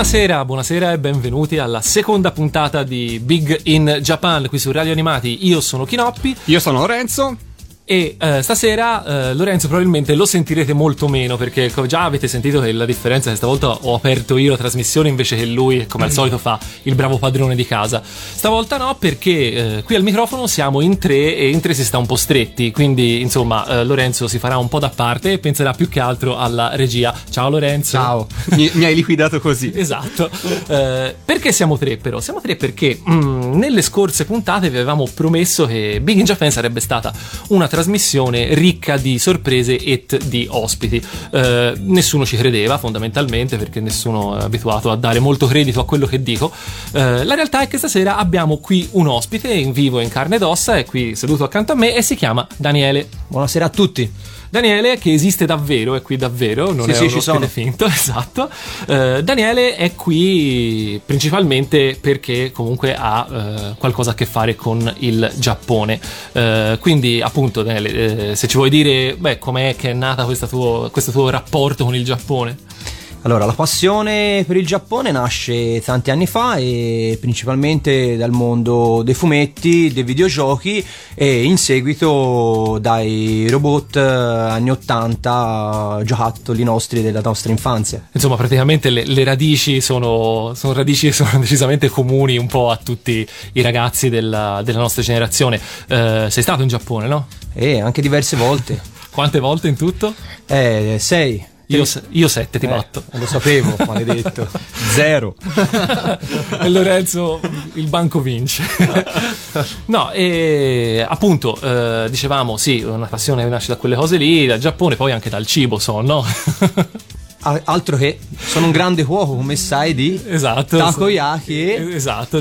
Buonasera e benvenuti alla seconda puntata di Big in Japan qui su Radio Animati. Io sono Kinoppi. Io sono Lorenzo. E stasera Lorenzo probabilmente lo sentirete molto meno, perché già avete sentito che la differenza è che stavolta ho aperto io la trasmissione invece che lui, come al solito, fa il bravo padrone di casa. Stavolta no, perché qui al microfono siamo in tre e in tre si sta un po' stretti, quindi insomma Lorenzo si farà un po' da parte e penserà più che altro alla regia. Ciao Lorenzo. Ciao. mi hai liquidato così. Esatto. Perché siamo tre però? Siamo tre perché nelle scorse puntate vi avevamo promesso che Big in Japan sarebbe stata una trasmissione ricca di sorprese e di ospiti. Nessuno ci credeva, fondamentalmente, perché nessuno è abituato a dare molto credito a quello che dico. La realtà è che stasera abbiamo qui un ospite in vivo, in carne ed ossa, è qui seduto accanto a me e si chiama Daniele. Buonasera a tutti. Daniele, che esiste davvero, è qui davvero, non è un ospite finto, esatto. Daniele è qui principalmente perché comunque ha qualcosa a che fare con il Giappone. Quindi, appunto, Daniele, se ci vuoi dire, com'è che è nata questo tuo rapporto con il Giappone? Allora, la passione per il Giappone nasce tanti anni fa e principalmente dal mondo dei fumetti, dei videogiochi e in seguito dai robot anni 80, giocattoli nostri della nostra infanzia. Insomma, praticamente le radici sono radici che sono decisamente comuni un po' a tutti i ragazzi della nostra generazione. Sei stato in Giappone, no? Anche diverse volte. Quante volte in tutto? 6. Io 7 ti batto. Lo sapevo, maledetto. 0. E Lorenzo, il banco vince. No, e appunto dicevamo, sì, una passione che nasce da quelle cose lì, dal Giappone, poi anche dal cibo, no? Altro che sono un grande cuoco, come sai, di takoyaki. Esatto,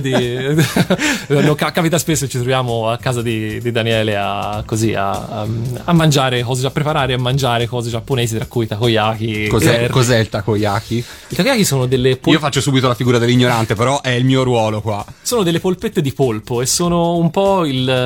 capita spesso, ci troviamo a casa di Daniele a mangiare cose, a preparare e a mangiare cose giapponesi, tra cui takoyaki. Cos'è il takoyaki? I takoyaki sono delle Io faccio subito la figura dell'ignorante, però è il mio ruolo qua. Sono delle polpette di polpo e sono un po'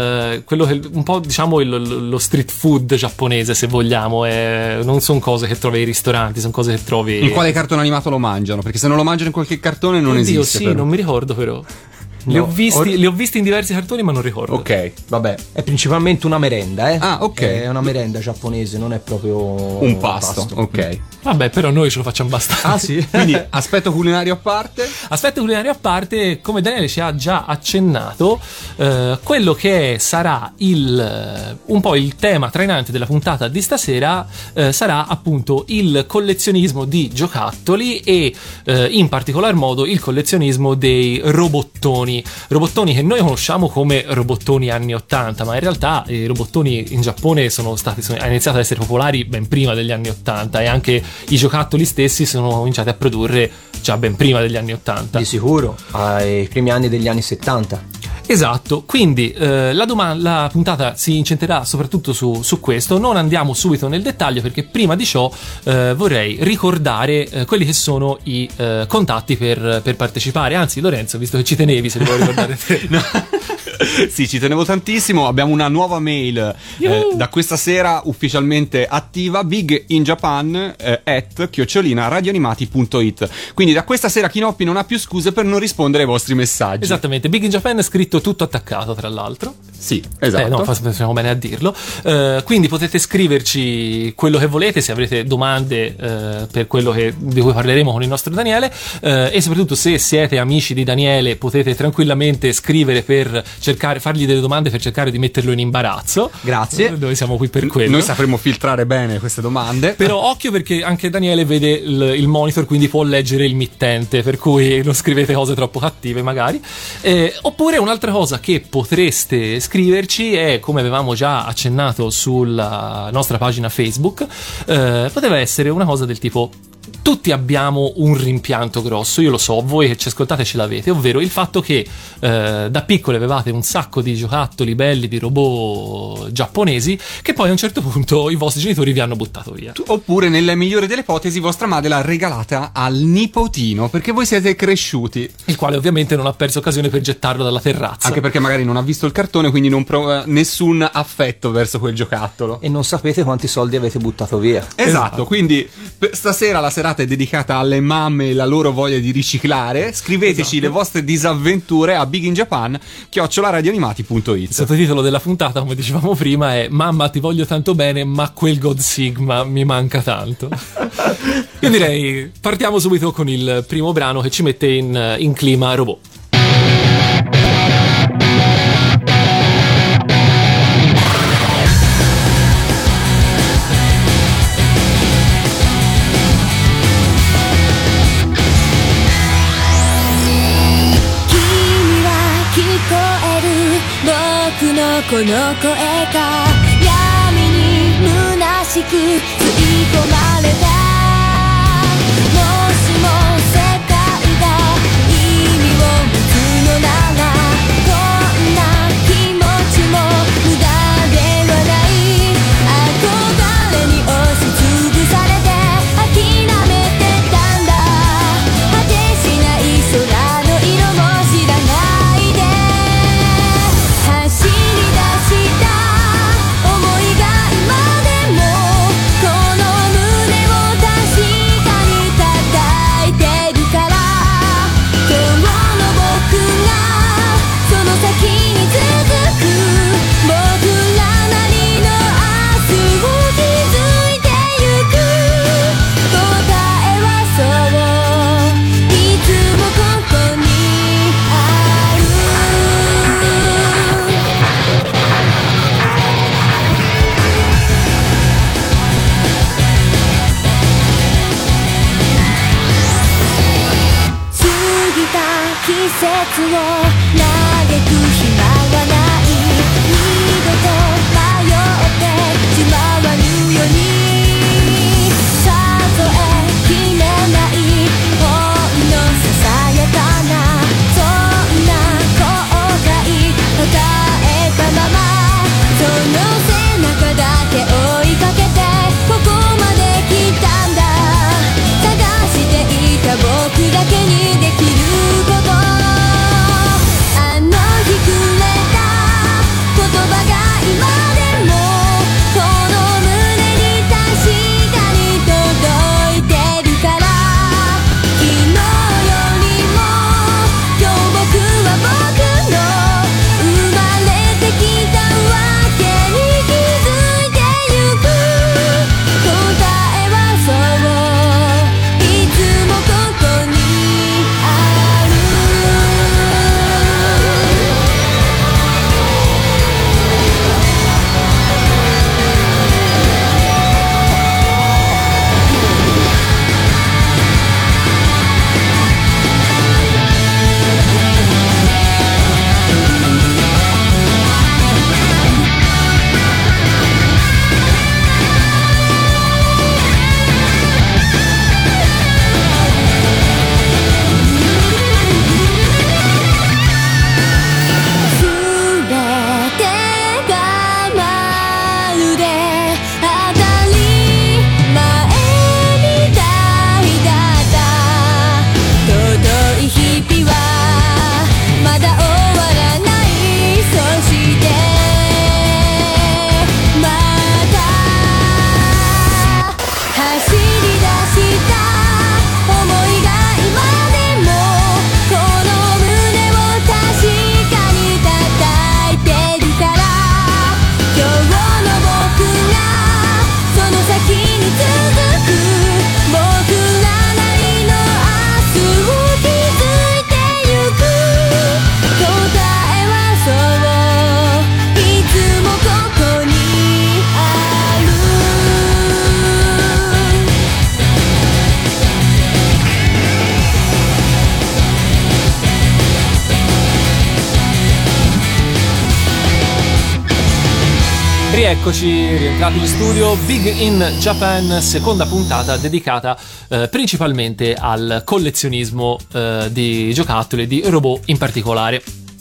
diciamo lo street food giapponese, se vogliamo. Non sono cose che trovi ai ristoranti, sono cose che trovi. In quale cartone animato lo mangiano? Perché se non lo mangiano in qualche cartone non esiste. Sì, però. Non mi ricordo però. Li ho visti in diversi cartoni, ma non ricordo. Ok, vabbè. È principalmente una merenda, Ah, ok. È una merenda giapponese, non è proprio un pasto. Ok. Vabbè, però noi ce lo facciamo abbastanza. Ah, sì. Quindi, aspetto culinario a parte, come Daniele ci ha già accennato, quello che sarà un po' il tema trainante della puntata di stasera sarà appunto il collezionismo di giocattoli e in particolar modo il collezionismo dei robottoni che noi conosciamo come robottoni anni 80, ma in realtà i robottoni in Giappone hanno iniziato ad essere popolari ben prima degli anni 80 e anche i giocattoli stessi sono cominciati a produrre già ben prima degli anni 80. Di sicuro, ai primi anni degli anni 70. Esatto, quindi la puntata si incentrerà soprattutto su questo. Non andiamo subito nel dettaglio perché prima di ciò vorrei ricordare quelli che sono i contatti per partecipare. Anzi, Lorenzo, visto che ci tenevi, se li vuoi ricordare te. No. Sì, ci tenevo tantissimo. Abbiamo una nuova mail da questa sera ufficialmente attiva, biginjapan@radioanimati.it. Quindi da questa sera Kinoppi non ha più scuse per non rispondere ai vostri messaggi. Esattamente, Big in Japan è scritto tutto attaccato, tra l'altro. Sì, esatto. No, facciamo bene a dirlo. Quindi potete scriverci quello che volete, se avrete domande per quello di cui parleremo con il nostro Daniele, e soprattutto se siete amici di Daniele potete tranquillamente scrivere per fargli delle domande per cercare di metterlo in imbarazzo. Grazie. Noi siamo qui per quello. Noi sapremo filtrare bene queste domande. Però occhio, perché anche Daniele vede il monitor, quindi può leggere il mittente, per cui non scrivete cose troppo cattive magari. Oppure un'altra cosa che potreste scriverci è, come avevamo già accennato sulla nostra pagina Facebook, poteva essere una cosa del tipo: tutti abbiamo un rimpianto grosso, io lo so, voi che ci ascoltate ce l'avete, ovvero il fatto che da piccoli avevate un sacco di giocattoli belli, di robot giapponesi, che poi a un certo punto i vostri genitori vi hanno buttato via. Oppure, nella migliore delle ipotesi, vostra madre l'ha regalata al nipotino perché voi siete cresciuti, il quale ovviamente non ha perso occasione per gettarlo dalla terrazza, anche perché magari non ha visto il cartone, quindi non prova nessun affetto verso quel giocattolo e non sapete quanti soldi avete buttato via. Esatto. Quindi stasera la serata puntata è dedicata alle mamme e la loro voglia di riciclare. Scriveteci le vostre disavventure a biginjapan@radioanimati.it. Il sottotitolo della puntata, come dicevamo prima, è "Mamma, ti voglio tanto bene, ma quel God Sigma mi manca tanto". Io direi partiamo subito con il primo brano che ci mette in clima robot. この声が闇に虚しく吸い込まれた。もしも世界が意味を持つのならこんな気持ちも無駄ではない。憧れに押しつぶされて諦めてたんだ。果てしない空の色も知らないで走り思いが今でもこの胸を確かに叩いてるから今日の僕がその先に続く僕らなりの明日を築いてゆく答えはそういつもここにある。季節を嘆く暇はない二度と迷ってしまわぬように数えきれないほんのささやかなそんな後悔抱えたままその背中だけ追いかけてここまで来たんだ。探していた僕だけにできること Rieccoci, rientrati in studio. Big in Japan, seconda puntata dedicata principalmente al collezionismo di giocattoli, di robot in particolare.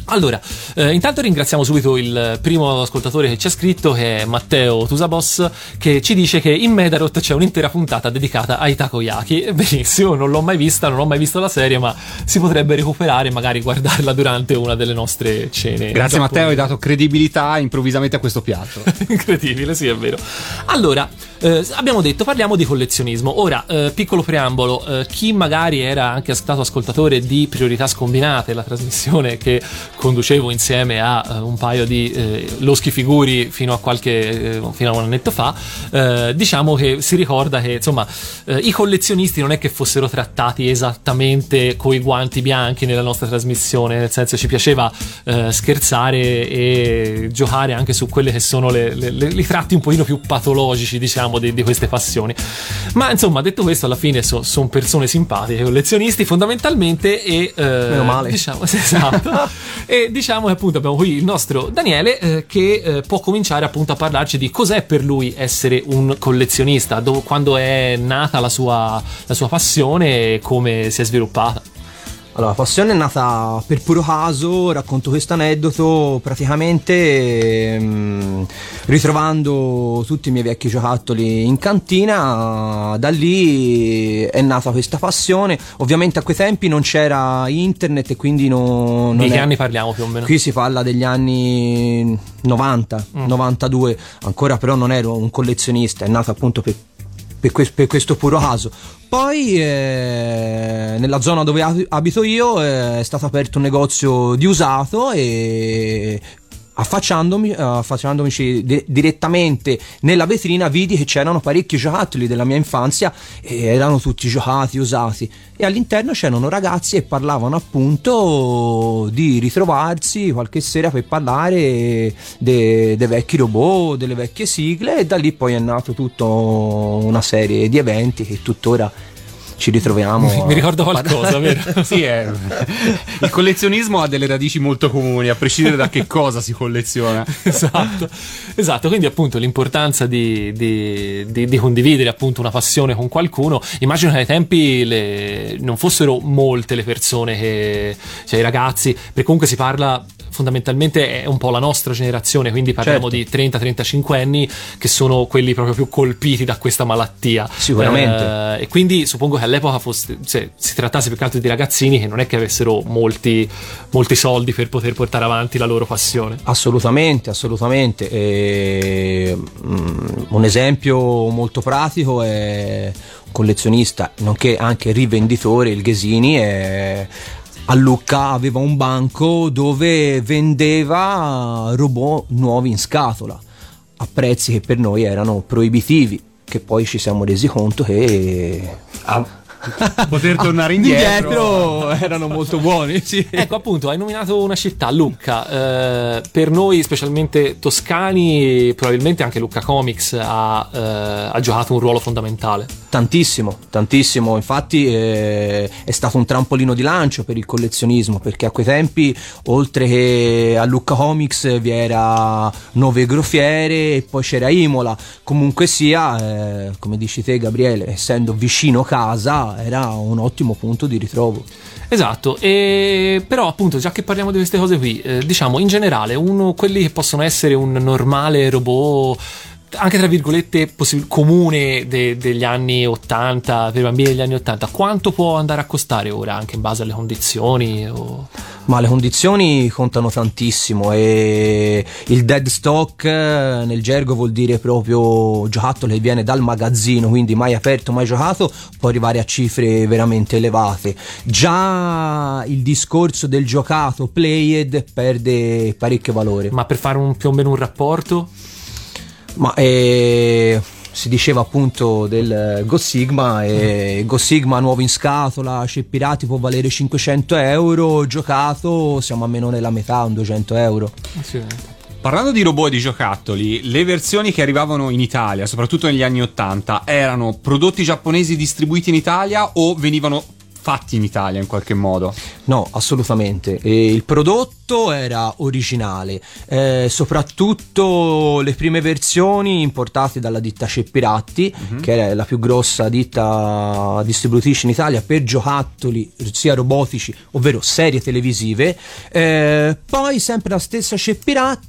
Allora, intanto ringraziamo subito il primo ascoltatore che ci ha scritto, che è Matteo Tusabos, che ci dice che in Medarot c'è un'intera puntata dedicata ai takoyaki. Benissimo, non l'ho mai vista, non ho mai visto la serie, ma si potrebbe recuperare e magari guardarla durante una delle nostre cene. Grazie Matteo, hai dato credibilità improvvisamente a questo piatto. Incredibile, sì, è vero. Allora, abbiamo detto, parliamo di collezionismo. Ora, piccolo preambolo, chi magari era anche stato ascoltatore di Priorità Scombinate, la trasmissione che conducevo insieme a un paio di loschi figuri fino a un annetto fa, diciamo che si ricorda che insomma i collezionisti non è che fossero trattati esattamente coi guanti bianchi nella nostra trasmissione, nel senso ci piaceva scherzare e giocare anche su quelle che sono i tratti un pochino più patologici, diciamo, di queste passioni. Ma insomma, detto questo, alla fine sono persone simpatiche, collezionisti fondamentalmente, e meno male, diciamo, esatto. E diciamo che appunto abbiamo qui il nostro Daniele, che può cominciare appunto a parlarci di cos'è per lui essere un collezionista, quando è nata la sua passione e come si è sviluppata. Allora, la passione è nata per puro caso. Racconto questo aneddoto praticamente ritrovando tutti i miei vecchi giocattoli in cantina. Da lì è nata questa passione. Ovviamente a quei tempi non c'era internet e quindi non di che anni parliamo più o meno? Qui si parla degli anni 90, 92. Ancora però non ero un collezionista, è nato appunto per questo puro caso. Poi nella zona dove abito io è stato aperto un negozio di usato e affacciandomici direttamente nella vetrina vidi che c'erano parecchi giocattoli della mia infanzia e erano tutti giocati, usati, e all'interno c'erano ragazzi e parlavano appunto di ritrovarsi qualche sera per parlare dei vecchi robot, delle vecchie sigle, e da lì poi è nato tutta una serie di eventi che tuttora ci ritroviamo. Mi ricordo qualcosa, vero? Sì, il collezionismo ha delle radici molto comuni, a prescindere da che cosa si colleziona. Esatto, quindi appunto l'importanza di condividere appunto una passione con qualcuno. Immagino che ai tempi non fossero molte le persone cioè i ragazzi, perché comunque si parla fondamentalmente, è un po' la nostra generazione, quindi parliamo di 30-35 anni che sono quelli proprio più colpiti da questa malattia. Sicuramente. E quindi suppongo che all'epoca si trattasse più che altro di ragazzini che non è che avessero molti soldi per poter portare avanti la loro passione. Assolutamente. Un esempio molto pratico è un collezionista, nonché anche rivenditore, il Ghesini, a Lucca aveva un banco dove vendeva robot nuovi in scatola a prezzi che per noi erano proibitivi, che poi ci siamo resi conto che poter tornare indietro erano molto buoni, sì. Ecco, appunto, hai nominato una città, Lucca. Per noi, specialmente toscani, probabilmente anche Lucca Comics ha giocato un ruolo fondamentale. Tantissimo. Infatti è stato un trampolino di lancio per il collezionismo, perché a quei tempi, oltre che a Lucca Comics, vi era Nove Grofiere e poi c'era Imola. Comunque sia, come dici te, Gabriele, essendo vicino casa, era un ottimo punto di ritrovo. Esatto, e però appunto, già che parliamo di queste cose qui, diciamo in generale, quelli che possono essere un normale robot, anche tra virgolette comune degli anni 80, per i bambini degli anni 80, quanto può andare a costare ora, anche in base alle condizioni? Ma le condizioni contano tantissimo, e il dead stock nel gergo vuol dire proprio giocattolo che viene dal magazzino, quindi mai aperto, mai giocato, può arrivare a cifre veramente elevate. Già il discorso del giocato played perde parecchio valore. Ma per fare più o meno un rapporto? Ma si diceva appunto del Ghost Sigma, e Ghost Sigma nuovo in scatola, Ceppirati può valere 500 euro, giocato siamo a meno della metà, un 200 euro. Parlando di robot e di giocattoli, le versioni che arrivavano in Italia, soprattutto negli anni 80, erano prodotti giapponesi distribuiti in Italia o venivano fatti in Italia in qualche modo. No, assolutamente. Il prodotto era originale, soprattutto le prime versioni importate dalla ditta Ceppiratti, che era la più grossa ditta distributrice in Italia per giocattoli sia robotici, ovvero serie televisive. Poi sempre la stessa Ceppiratti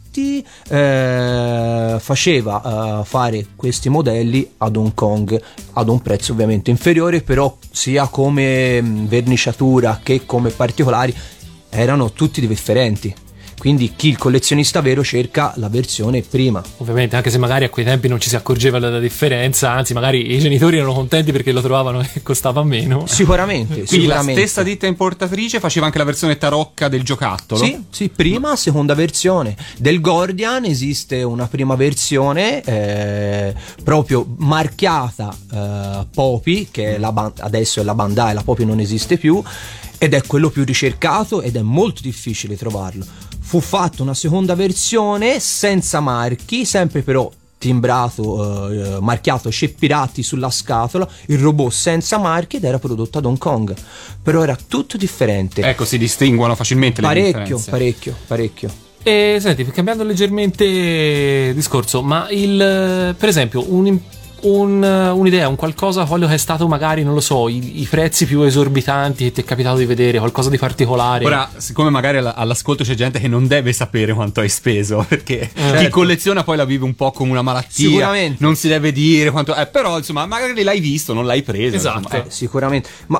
faceva fare questi modelli ad Hong Kong ad un prezzo ovviamente inferiore, però sia come verniciatura che come particolari erano tutti differenti. Quindi il collezionista vero cerca la versione prima. Ovviamente, anche se magari a quei tempi non ci si accorgeva della differenza, anzi magari i genitori erano contenti perché lo trovavano e costava meno. Sicuramente. Quindi la stessa ditta importatrice faceva anche la versione tarocca del giocattolo? Sì, prima, seconda versione. Del Gordian esiste una prima versione proprio marchiata Poppy, che è adesso è la Bandai, la Poppy non esiste più, ed è quello più ricercato ed è molto difficile trovarlo. Fu fatta una seconda versione senza marchi, sempre però timbrato, marchiato Ceppiratti sulla scatola, il robot senza marchi, ed era prodotto ad Hong Kong, però era tutto differente. Ecco, si distinguono facilmente le differenze. Parecchio. E senti, cambiando leggermente discorso, ma per esempio un'idea, un qualcosa, quello che è stato magari, non lo so, i prezzi più esorbitanti che ti è capitato di vedere, qualcosa di particolare. Ora, siccome magari all'ascolto c'è gente che non deve sapere quanto hai speso, perché chi colleziona poi la vive un po' come una malattia, sicuramente non si deve dire quanto però insomma magari l'hai visto, non l'hai preso, esatto, sicuramente, ma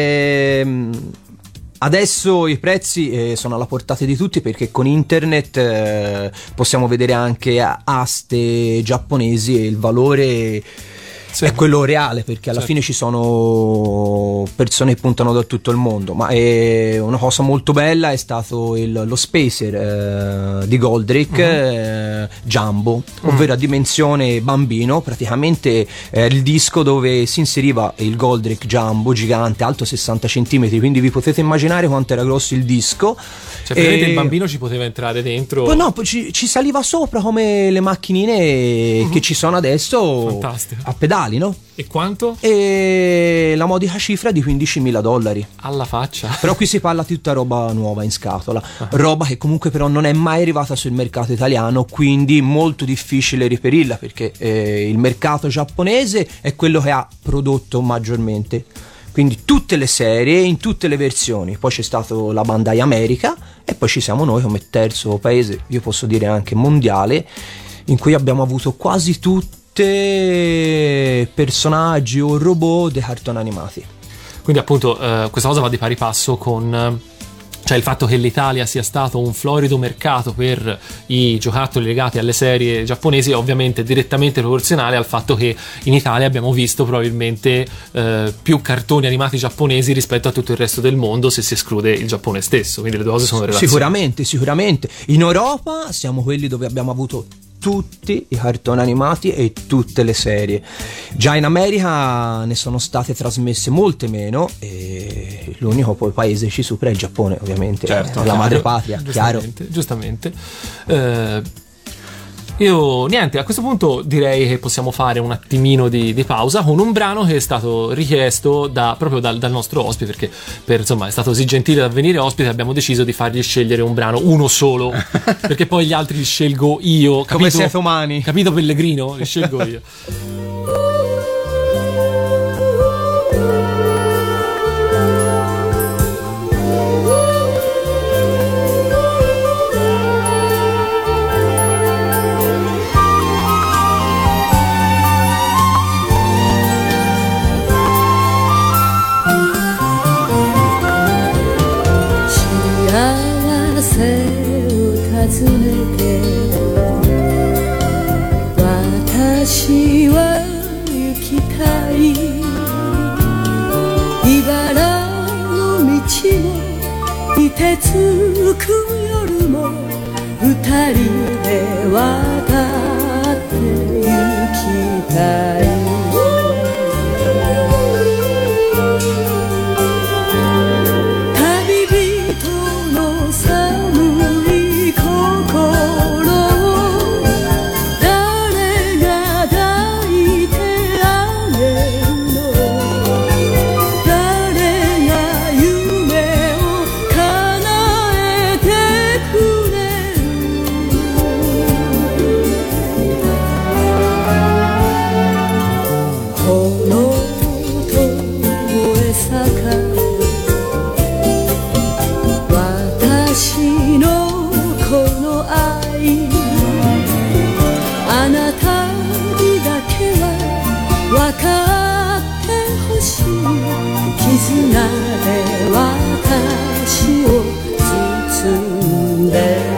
adesso i prezzi sono alla portata di tutti, perché con internet possiamo vedere anche aste giapponesi e il valore è quello reale, perché alla fine ci sono persone che puntano da tutto il mondo. Ma una cosa molto bella è stato lo Spacer di Goldrake Jumbo, ovvero a dimensione bambino, praticamente il disco dove si inseriva il Goldrake Jumbo gigante, alto 60 cm, quindi vi potete immaginare quanto era grosso il disco. Cioè praticamente il bambino ci poteva entrare dentro. Poi no, ci saliva sopra come le macchinine che ci sono adesso. Fantastico. A pedali, no? E quanto? E la modica cifra di $15.000. Alla faccia. Però qui si parla di tutta roba nuova in scatola, roba che comunque però non è mai arrivata sul mercato italiano, quindi molto difficile reperirla, perché il mercato giapponese è quello che ha prodotto maggiormente. Quindi tutte le serie in tutte le versioni. Poi c'è stato la Bandai America e poi ci siamo noi come terzo paese, io posso dire anche mondiale, in cui abbiamo avuto quasi tutte personaggi o robot dei cartoni animati. Quindi appunto questa cosa va di pari passo con cioè il fatto che l'Italia sia stato un florido mercato per i giocattoli legati alle serie giapponesi è ovviamente direttamente proporzionale al fatto che in Italia abbiamo visto probabilmente più cartoni animati giapponesi rispetto a tutto il resto del mondo, se si esclude il Giappone stesso, quindi le due cose sono relazionate. Sicuramente in Europa siamo quelli dove abbiamo avuto tutti i cartoni animati e tutte le serie. Già in America ne sono state trasmesse molte meno, e l'unico poi paese ci supera è il Giappone, ovviamente, certo, la madrepatria, chiaro. Giustamente. Io niente, a questo punto direi che possiamo fare un attimino di pausa con un brano che è stato richiesto proprio dal nostro ospite, perché insomma è stato così gentile da venire ospite, abbiamo deciso di fargli scegliere un brano, uno solo, perché poi gli altri li scelgo io, capito? Come siete umani, capito Pellegrino? Li scelgo io. しい絆で私を包んで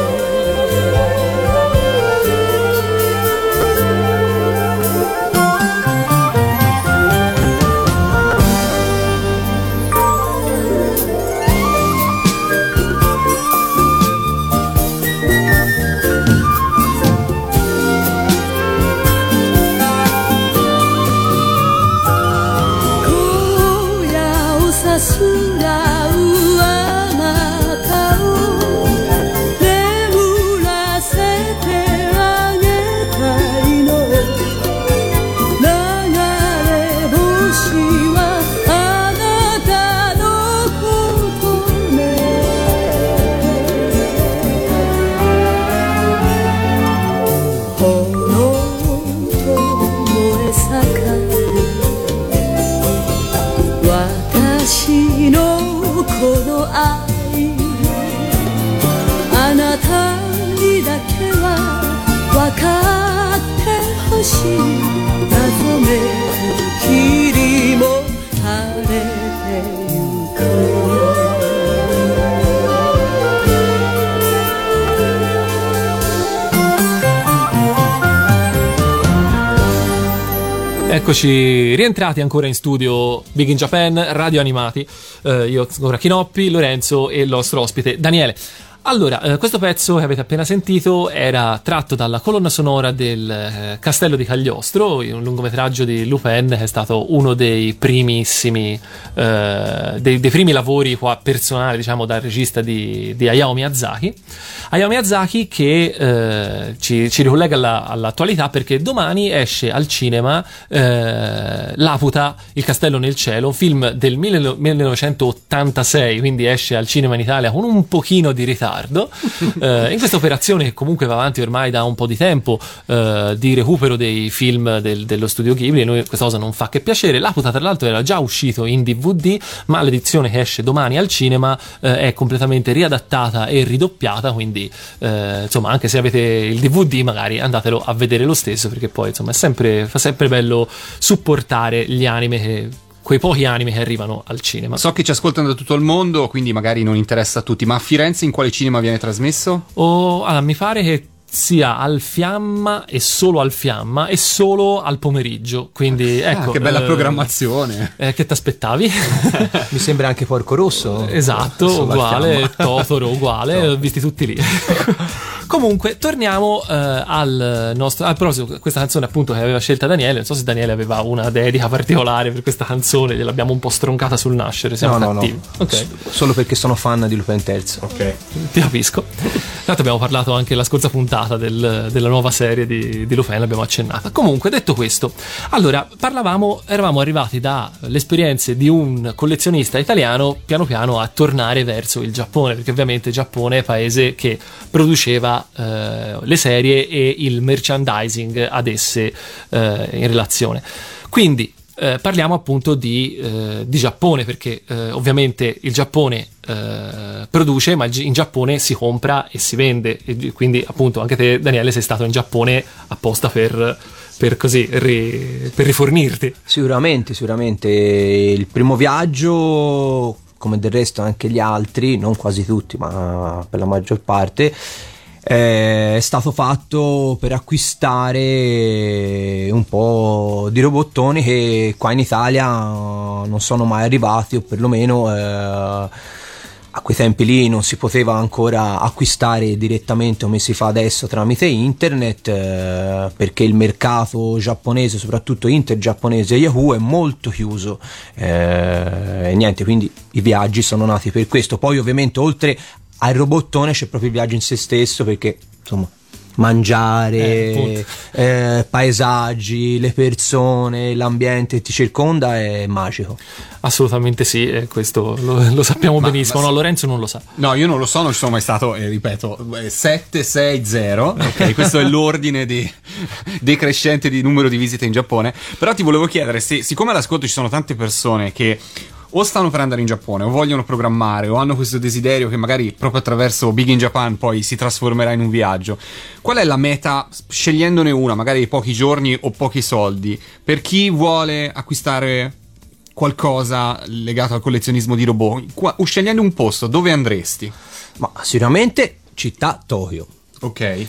すらうあなたを眠らせてあげたいの流れ星はあなたのことね炎と燃え盛る私のこの愛あなたにだけは分かってほしい謎めく霧も晴れてゆく Eccoci rientrati ancora in studio Big in Japan, Radio Animati. Io ancora Kinoppi, Lorenzo e il nostro ospite Daniele. Allora, questo pezzo che avete appena sentito era tratto dalla colonna sonora del Castello di Cagliostro, un lungometraggio di Lupin che è stato uno dei primissimi, dei primi lavori qua personali, diciamo, dal regista di Hayao Miyazaki. Hayao Miyazaki che ci ricollega all'attualità perché domani esce al cinema Laputa, il castello nel cielo, un film del 1986, quindi esce al cinema in Italia con un pochino di ritardo. In questa operazione che comunque va avanti ormai da un po' di tempo di recupero dei film dello studio Ghibli, e noi questa cosa non fa che piacere. Laputa tra l'altro era già uscito in DVD, ma l'edizione che esce domani al cinema è completamente riadattata e ridoppiata, quindi insomma anche se avete il DVD magari andatelo a vedere lo stesso, perché poi insomma fa sempre bello supportare gli anime quei pochi anime che arrivano al cinema. So che ci ascoltano da tutto il mondo, quindi magari non interessa a tutti, ma a Firenze in quale cinema viene trasmesso? Allora, mi pare che sia al Fiamma e solo al Fiamma e solo al pomeriggio, quindi ecco, che bella programmazione. Che t'aspettavi? Mi sembra anche Porco Rosso. Esatto, solo uguale, Totoro uguale, no. Visti tutti lì. Comunque torniamo al nostro proposito, questa canzone appunto che aveva scelta Daniele. Non so se Daniele aveva una dedica particolare per questa canzone, gliel'abbiamo un po' stroncata sul nascere. Siamo cattivi. No. Okay. Solo perché sono fan di Lupin III. Ok, ti capisco. Tanto abbiamo parlato anche la scorsa puntata della nuova serie di Lupin, l'abbiamo accennata. Comunque, detto questo, allora eravamo arrivati dalle esperienze di un collezionista italiano piano piano a tornare verso il Giappone, perché ovviamente il Giappone è paese che produceva le serie e il merchandising ad esse in relazione. Quindi parliamo appunto di Giappone, perché ovviamente il Giappone produce, ma in Giappone si compra e si vende, e quindi appunto anche te Daniele sei stato in Giappone apposta per rifornirti. Sicuramente il primo viaggio, come del resto anche gli altri, non quasi tutti ma per la maggior parte, è stato fatto per acquistare un po' di robottoni che qua in Italia non sono mai arrivati, o perlomeno a quei tempi lì non si poteva ancora acquistare direttamente come si fa adesso tramite internet, perché il mercato giapponese, soprattutto intergiapponese Yahoo, è molto chiuso, e niente, quindi i viaggi sono nati per questo. Poi ovviamente oltre al robottone c'è proprio il viaggio in se stesso, perché insomma mangiare, paesaggi, le persone, l'ambiente che ti circonda è magico. Assolutamente sì, questo lo sappiamo benissimo. No, Lorenzo non lo sa. No, io non lo so, non ci sono mai stato, ripeto, 760, ok, questo è l'ordine decrescente di numero di visite in Giappone. Però ti volevo chiedere, siccome all'ascolto ci sono tante persone che o stanno per andare in Giappone o vogliono programmare o hanno questo desiderio che magari proprio attraverso Big in Japan poi si trasformerà in un viaggio, qual è la meta, scegliendone una, magari pochi giorni o pochi soldi, per chi vuole acquistare qualcosa legato al collezionismo di robot, scegliendo un posto, dove andresti? Ma sicuramente città Tokyo. Ok.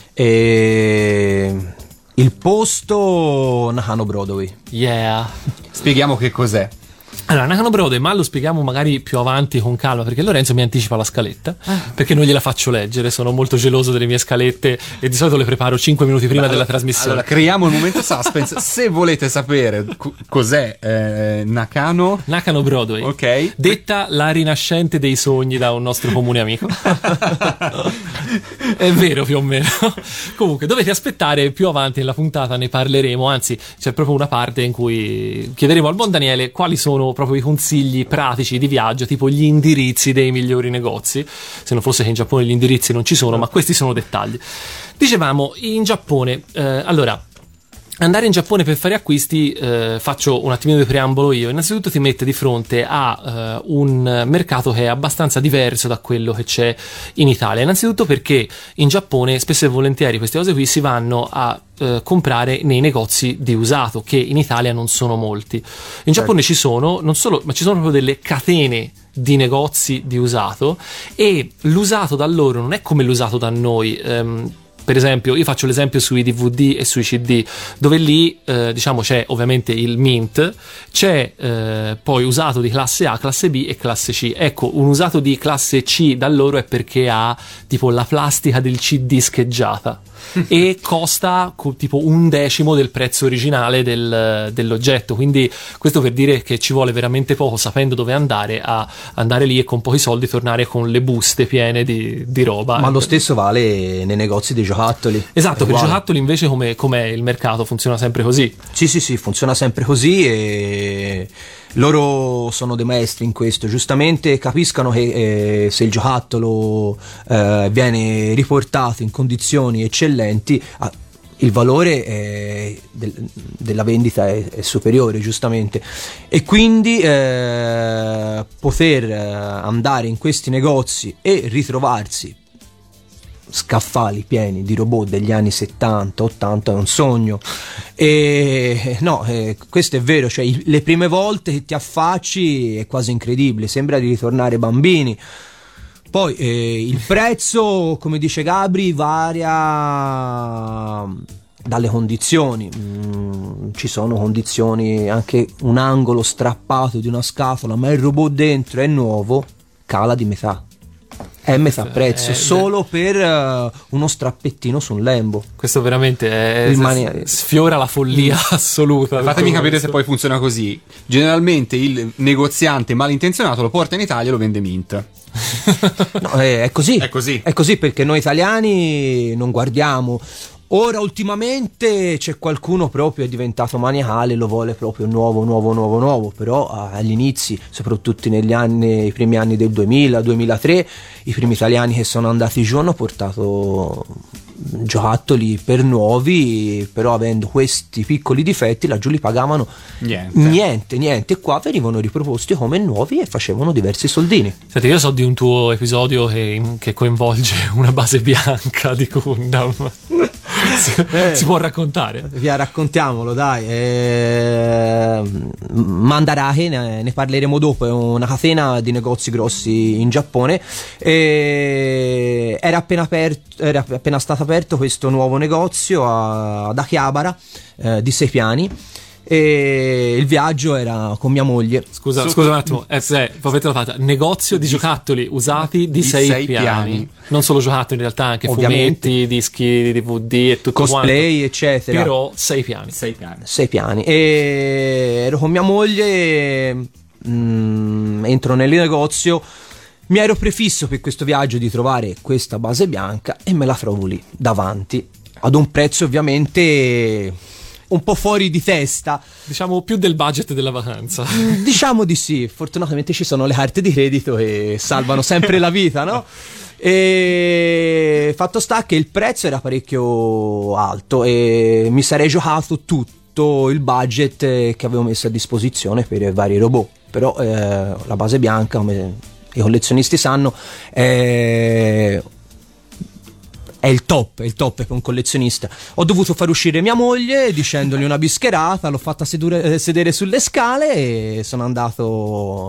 Il posto Nakano Broadway. Yeah. Spieghiamo che cos'è. Allora, Nakano Broadway, ma lo spieghiamo magari più avanti con calma, perché Lorenzo mi anticipa la scaletta, perché non gliela faccio leggere, sono molto geloso delle mie scalette e di solito le preparo 5 minuti prima della trasmissione. Allora, creiamo il momento suspense. Se volete sapere cos'è Nakano Broadway, ok, detta la rinascente dei sogni da un nostro comune amico. È vero, più o meno. Comunque dovete aspettare, più avanti nella puntata ne parleremo, anzi c'è proprio una parte in cui chiederemo al buon Daniele quali sono proprio i consigli pratici di viaggio, tipo gli indirizzi dei migliori negozi, se non fosse che in Giappone gli indirizzi non ci sono, ma questi sono dettagli. Dicevamo, in Giappone, allora, andare in Giappone per fare acquisti, faccio un attimino di preambolo io. Innanzitutto ti mette di fronte a un mercato che è abbastanza diverso da quello che c'è in Italia. Innanzitutto perché in Giappone spesso e volentieri queste cose qui si vanno a comprare nei negozi di usato, che in Italia non sono molti. In Giappone ci sono, non solo, ma ci sono proprio delle catene di negozi di usato, e l'usato da loro non è come l'usato da noi. Per esempio, io faccio l'esempio sui DVD e sui CD, dove lì diciamo c'è ovviamente il mint, c'è poi usato di classe A, classe B e classe C. Ecco, un usato di classe C da loro è perché ha tipo la plastica del CD scheggiata e costa tipo 1/10 del prezzo originale dell'oggetto. Quindi questo per dire che ci vuole veramente poco, sapendo dove andare, a andare lì e con pochi soldi tornare con le buste piene di roba. Ma lo stesso vale nei negozi dei giocattoli. Esatto, per i giocattoli invece com'è il mercato? Funziona sempre così? Sì, funziona sempre così, e loro sono dei maestri in questo. Giustamente capiscono che se il giocattolo viene riportato in condizioni eccellenti, il valore della vendita è superiore, giustamente, e quindi poter andare in questi negozi e ritrovarsi scaffali pieni di robot degli anni 70-80 è un sogno. E no, questo è vero, cioè le prime volte che ti affacci è quasi incredibile, sembra di ritornare bambini. Poi il prezzo, come dice Gabri, varia dalle condizioni. Ci sono condizioni, anche un angolo strappato di una scatola, ma il robot dentro è nuovo, cala di metà. È metà prezzo solo per uno strappettino su un lembo. Questo veramente sfiora la follia assoluta. Fatemi capire se poi funziona così. Generalmente il negoziante malintenzionato lo porta in Italia e lo vende mint. No, è così. È così. È così, perché noi italiani non guardiamo. Ora ultimamente c'è qualcuno proprio è diventato maniacale, lo vuole proprio nuovo, però agli inizi, soprattutto i primi anni del 2000-2003, i primi italiani che sono andati giù hanno portato giocattoli per nuovi, però avendo questi piccoli difetti laggiù li pagavano niente, e qua venivano riproposti come nuovi e facevano diversi soldini. Senti, io so di un tuo episodio che coinvolge una base bianca di Gundam. Si può raccontare? Via, raccontiamolo, dai. Mandarahe, ne parleremo dopo. È una catena di negozi grossi in Giappone. Era appena stato aperto questo nuovo negozio ad Akihabara, di 6 piani. E il viaggio era con mia moglie. Scusa un attimo, avete la fatta. Negozio di giocattoli usati di 6 piani. Non solo giocattoli, in realtà anche ovviamente fumetti, dischi di DVD e tutto cosplay, quanto, eccetera. Però 6 piani. 6 piani. E ero con mia moglie, entro nel negozio. Mi ero prefisso per questo viaggio di trovare questa base bianca e me la trovo lì davanti, ad un prezzo ovviamente un po' fuori di testa, diciamo più del budget della vacanza. Diciamo di sì. Fortunatamente ci sono le carte di credito e salvano sempre la vita, no? E fatto sta che il prezzo era parecchio alto e mi sarei giocato tutto il budget che avevo messo a disposizione per i vari robot. Però la base bianca, come i collezionisti sanno, è è il top per un collezionista. Ho dovuto far uscire mia moglie dicendogli una bischerata, l'ho fatta sedere sulle scale e sono andato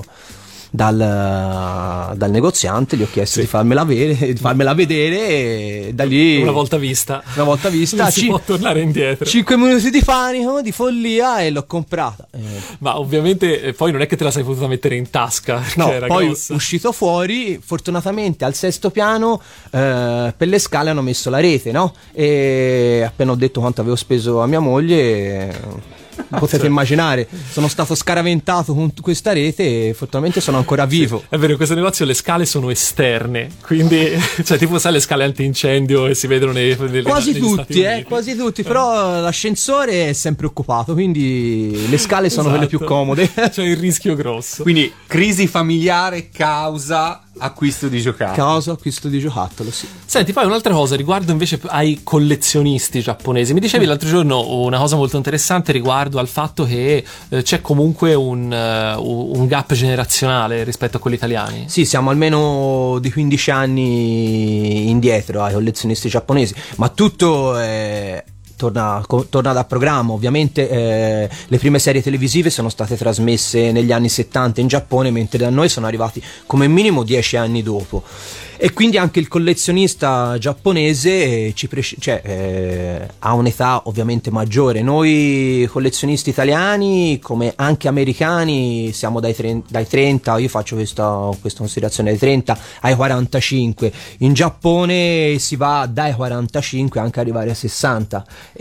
dal negoziante, gli ho chiesto di farmela vedere e da lì una volta vista non si può tornare indietro. 5 minuti di panico, di follia e l'ho comprata. Ma ovviamente poi non è che te la sei potuta mettere in tasca, No, era poi grossa. uscito fuori, fortunatamente al 6° piano per le scale hanno messo la rete, no? E appena ho detto quanto avevo speso a mia moglie, potete immaginare, sono stato scaraventato con questa rete e fortunatamente sono ancora vivo. È vero, in questo negozio le scale sono esterne, quindi cioè tipo sai le scale antincendio e si vedono Quasi negli tutti, Stati Uniti. quasi tutti, però l'ascensore è sempre occupato, quindi le scale sono quelle più comode. C'è il rischio grosso. Quindi crisi familiare causa acquisto di giocattoli. Causa acquisto di giocattolo, sì. Senti, poi un'altra cosa riguardo invece ai collezionisti giapponesi. Mi dicevi l'altro giorno una cosa molto interessante riguardo al fatto che c'è comunque un gap generazionale rispetto a quelli italiani. Sì, siamo almeno di 15 anni indietro ai collezionisti giapponesi, ma tutto torna da programma. Ovviamente le prime serie televisive sono state trasmesse negli anni 70 in Giappone, mentre da noi sono arrivati come minimo 10 anni dopo. E quindi anche il collezionista giapponese ha un'età ovviamente maggiore. Noi collezionisti italiani, come anche americani, siamo dai 30, io faccio questa considerazione, dai 30 ai 45. In Giappone si va dai 45 anche arrivare a 60.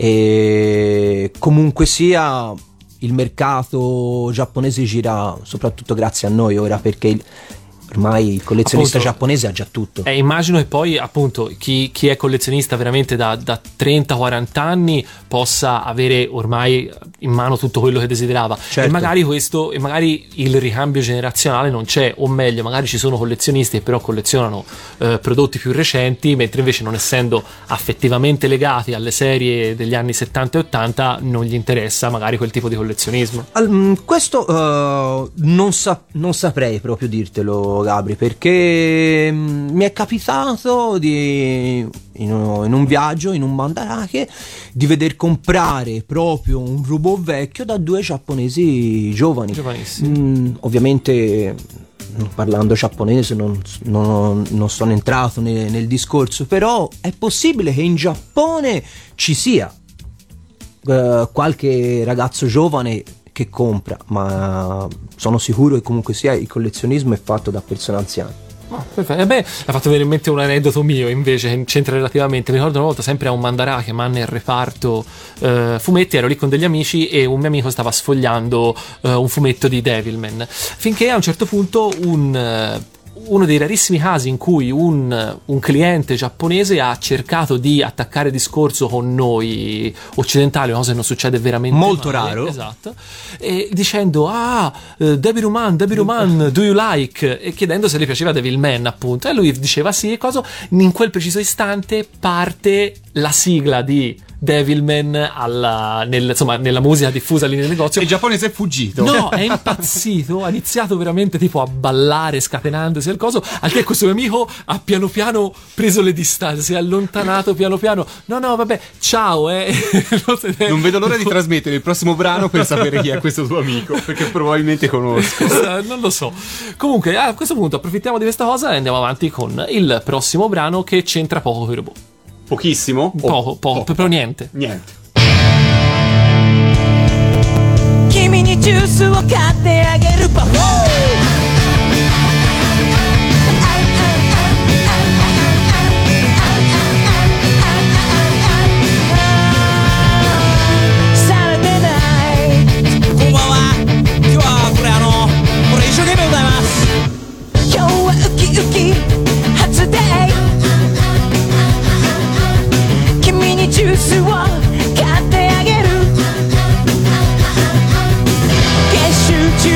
E comunque sia, il mercato giapponese gira soprattutto grazie a noi ora, perché ormai il collezionista giapponese ha già tutto. Immagino che poi appunto chi è collezionista veramente da 30-40 anni possa avere ormai in mano tutto quello che desiderava. Certo. E magari il ricambio generazionale non c'è, o meglio magari ci sono collezionisti che però collezionano prodotti più recenti, mentre invece non essendo affettivamente legati alle serie degli anni 70 e 80 non gli interessa magari quel tipo di collezionismo. Questo non saprei proprio dirtelo, Gabri, perché mi è capitato in un viaggio, in un mandarake, di veder comprare proprio un robot vecchio da 2 giapponesi giovanissimi. Ovviamente parlando giapponese non sono entrato nel discorso, però è possibile che in Giappone ci sia qualche ragazzo giovane che compra, ma sono sicuro che comunque sia il collezionismo è fatto da persone anziane. Perfetto. A me ha fatto venire in mente un aneddoto mio invece che c'entra relativamente. Mi ricordo una volta sempre a un mandarake, ma nel reparto fumetti, ero lì con degli amici e un mio amico stava sfogliando un fumetto di Devilman, finché a un certo punto uno dei rarissimi casi in cui un cliente giapponese ha cercato di attaccare discorso con noi occidentali, una cosa che non succede veramente molto mai, raro, esatto, e dicendo Devilman, do you like, e chiedendo se le piaceva Devilman appunto, e lui diceva sì, e cosa in quel preciso istante parte la sigla di Devilman nella musica diffusa lì nel negozio. E il giapponese è fuggito. No, è impazzito, ha iniziato veramente tipo a ballare scatenandosi al coso, al che questo mio amico ha piano piano preso le distanze, si è allontanato piano piano. No, vabbè, ciao, Non vedo l'ora di trasmettere il prossimo brano per sapere chi è questo tuo amico, perché probabilmente conosco. Non lo so. Comunque, a questo punto approfittiamo di questa cosa e andiamo avanti con il prossimo brano, che c'entra poco con i robot. Pochissimo? Poco, proprio niente. Niente. 君にジュースを買ってあげるパフォージュースを買ってあげる月収中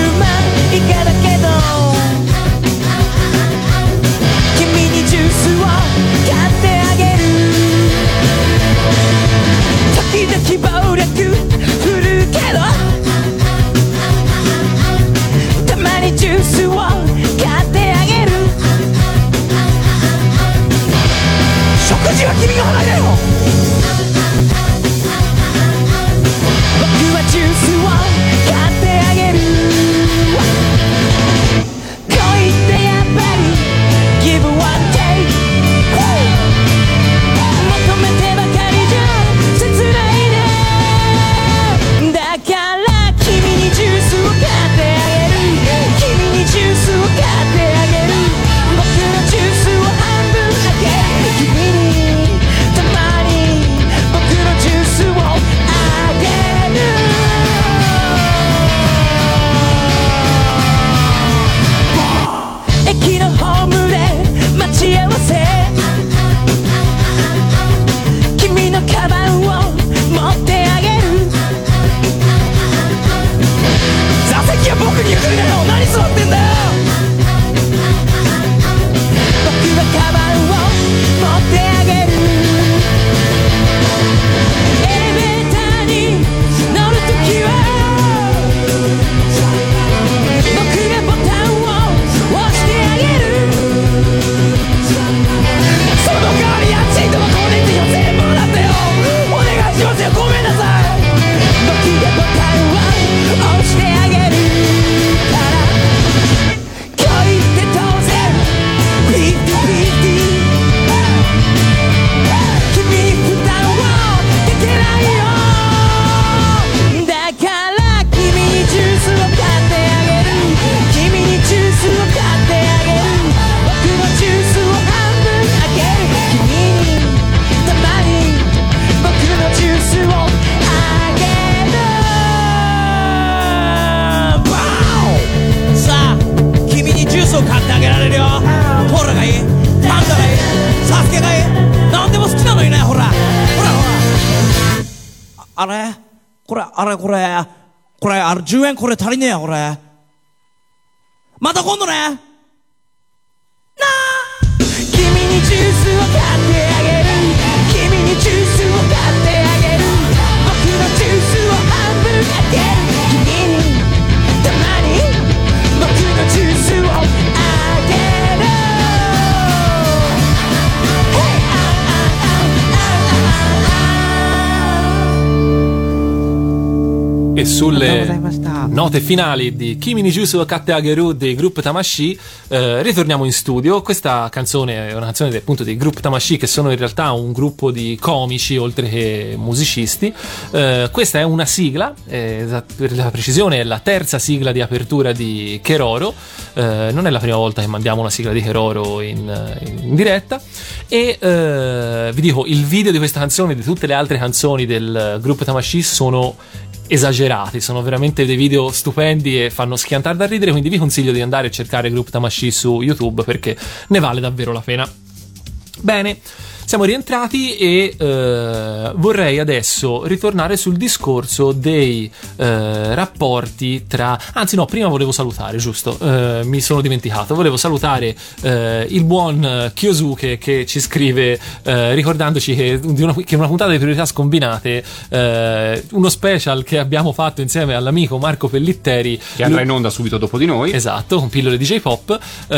ジュースを買ってあげる恋ってやっぱり Give one take 求めてばかりじゃ切ないねだから君にジュースを買ってあげる君にジュースを買ってあげる僕のジュースを半分あげる君にたまに僕のジュースをあげる駅のホームで待ち合わせ君のカバンを持ってあげる座席は僕に譲りなよ何座ってんだよ僕はカバンを持ってあげるエレベーターに乗るときは僕がボタンを押してあげるその代わり家賃とか光熱費を全部払ってよお願いしますよごめんなさい僕がボタンを押してあげるから恋って当然50-50君に負担をかけないよだから君にジュースを買ってあげる君にジュースを買ってあげる僕のジュースを半分あげる君にたまに僕のジュースをあげるバーンさあ君にジュースを買ってあげられるよコーラがいいパンダがいいサスケがいい何でも好きなのにねほらあれこれ10円これ足りねえやこれまた今度ねなあ君にジュースを買ってあげる君にジュースを買ってあげる僕のジュースを半分あげる君にたまに僕のジュースをあげる Hey, E sulle note finali di Kimi Jusu Katte Ageru dei Group Tamashii ritorniamo in studio. Questa canzone è una canzone appunto dei Group Tamashii, che sono in realtà un gruppo di comici oltre che musicisti. Questa è una sigla, per la precisione è la terza sigla di apertura di Keroro. Non è la prima volta che mandiamo una sigla di Keroro in diretta. E vi dico, il video di questa canzone e di tutte le altre canzoni del Group Tamashii sono esagerati, sono veramente dei video stupendi e fanno schiantare da ridere, quindi vi consiglio di andare a cercare Group Tamashii su YouTube perché ne vale davvero la pena. Bene, siamo rientrati e vorrei adesso ritornare sul discorso dei rapporti tra... Anzi no, prima volevo salutare, giusto, mi sono dimenticato, volevo salutare il buon Kyosuke che ci scrive ricordandoci che una puntata di Priorità Scombinate, uno special che abbiamo fatto insieme all'amico Marco Pellitteri, che andrà in onda subito dopo di noi, esatto, con pillole di J-pop,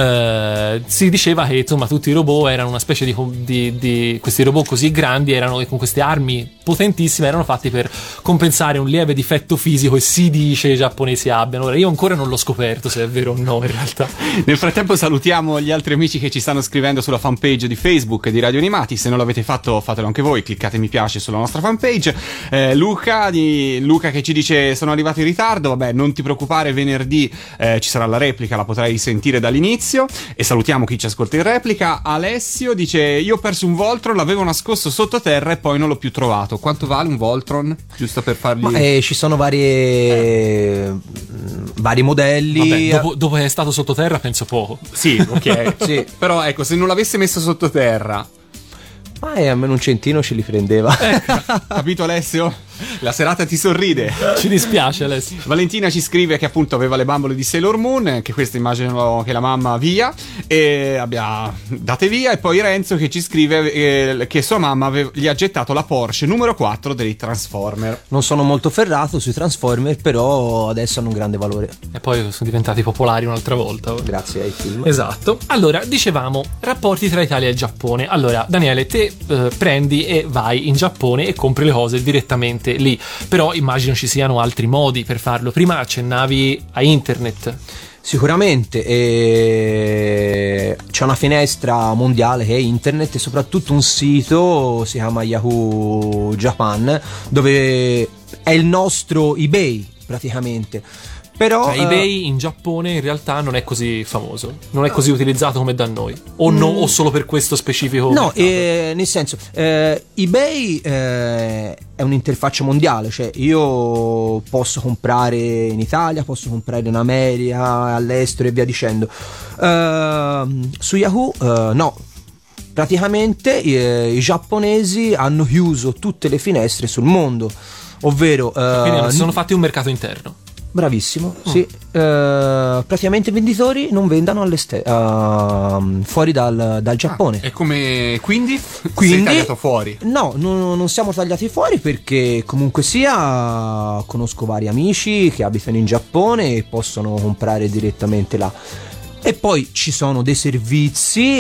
si diceva che insomma tutti i robot erano una specie di questi robot così grandi, erano con queste armi potentissime, erano fatti per compensare un lieve difetto fisico, e si dice i giapponesi abbiano. Ora io ancora non l'ho scoperto se è vero o no in realtà. Nel frattempo salutiamo gli altri amici che ci stanno scrivendo sulla fanpage di Facebook di Radio Animati. Se non l'avete fatto, fatelo anche voi, cliccate mi piace sulla nostra fanpage. Luca che ci dice: sono arrivato in ritardo, vabbè non ti preoccupare, venerdì ci sarà la replica, la potrai sentire dall'inizio. E salutiamo chi ci ascolta in replica. Alessio dice: io ho perso un Voltron, l'avevo nascosto sottoterra e poi non l'ho più trovato. Quanto vale un Voltron? Giusto per fargli... ci sono vari modelli. Vabbè, dopo che è stato sottoterra penso poco. Sì, ok. Sì. Però ecco, se non l'avesse messo sottoterra... almeno un centino ce li prendeva. Capito Alessio? La serata ti sorride. Ci dispiace Alessio. Valentina ci scrive che appunto aveva le bambole di Sailor Moon, che questa immagino che la mamma via e abbia date via. E poi Renzo che ci scrive che sua mamma gli ha gettato la Porsche numero 4 dei Transformer. Non sono molto ferrato sui Transformer, però adesso hanno un grande valore. E poi sono diventati popolari un'altra volta. Grazie ai film. Esatto. Allora, dicevamo rapporti tra Italia e Giappone. Allora, Daniele, te prendi e vai in Giappone e compri le cose direttamente direttamente lì. Però immagino ci siano altri modi per farlo. Prima accennavi a internet. Sicuramente c'è una finestra mondiale che è internet, e soprattutto un sito, si chiama Yahoo Japan, dove è il nostro eBay praticamente. Però cioè, eBay in Giappone in realtà non è così famoso, non è così utilizzato come da noi, o solo per questo specifico no, mercato? nel senso, eBay è un'interfaccia mondiale, cioè io posso comprare in Italia, posso comprare in America, all'estero e via dicendo. Su Yahoo no, praticamente i giapponesi hanno chiuso tutte le finestre sul mondo, ovvero quindi non si sono fatti un mercato interno. Bravissimo, sì. Praticamente i venditori non vendano fuori dal Giappone. E come quindi? Quindi sei tagliato fuori? No, non siamo tagliati fuori, perché comunque sia conosco vari amici che abitano in Giappone e possono comprare direttamente là. E poi ci sono dei servizi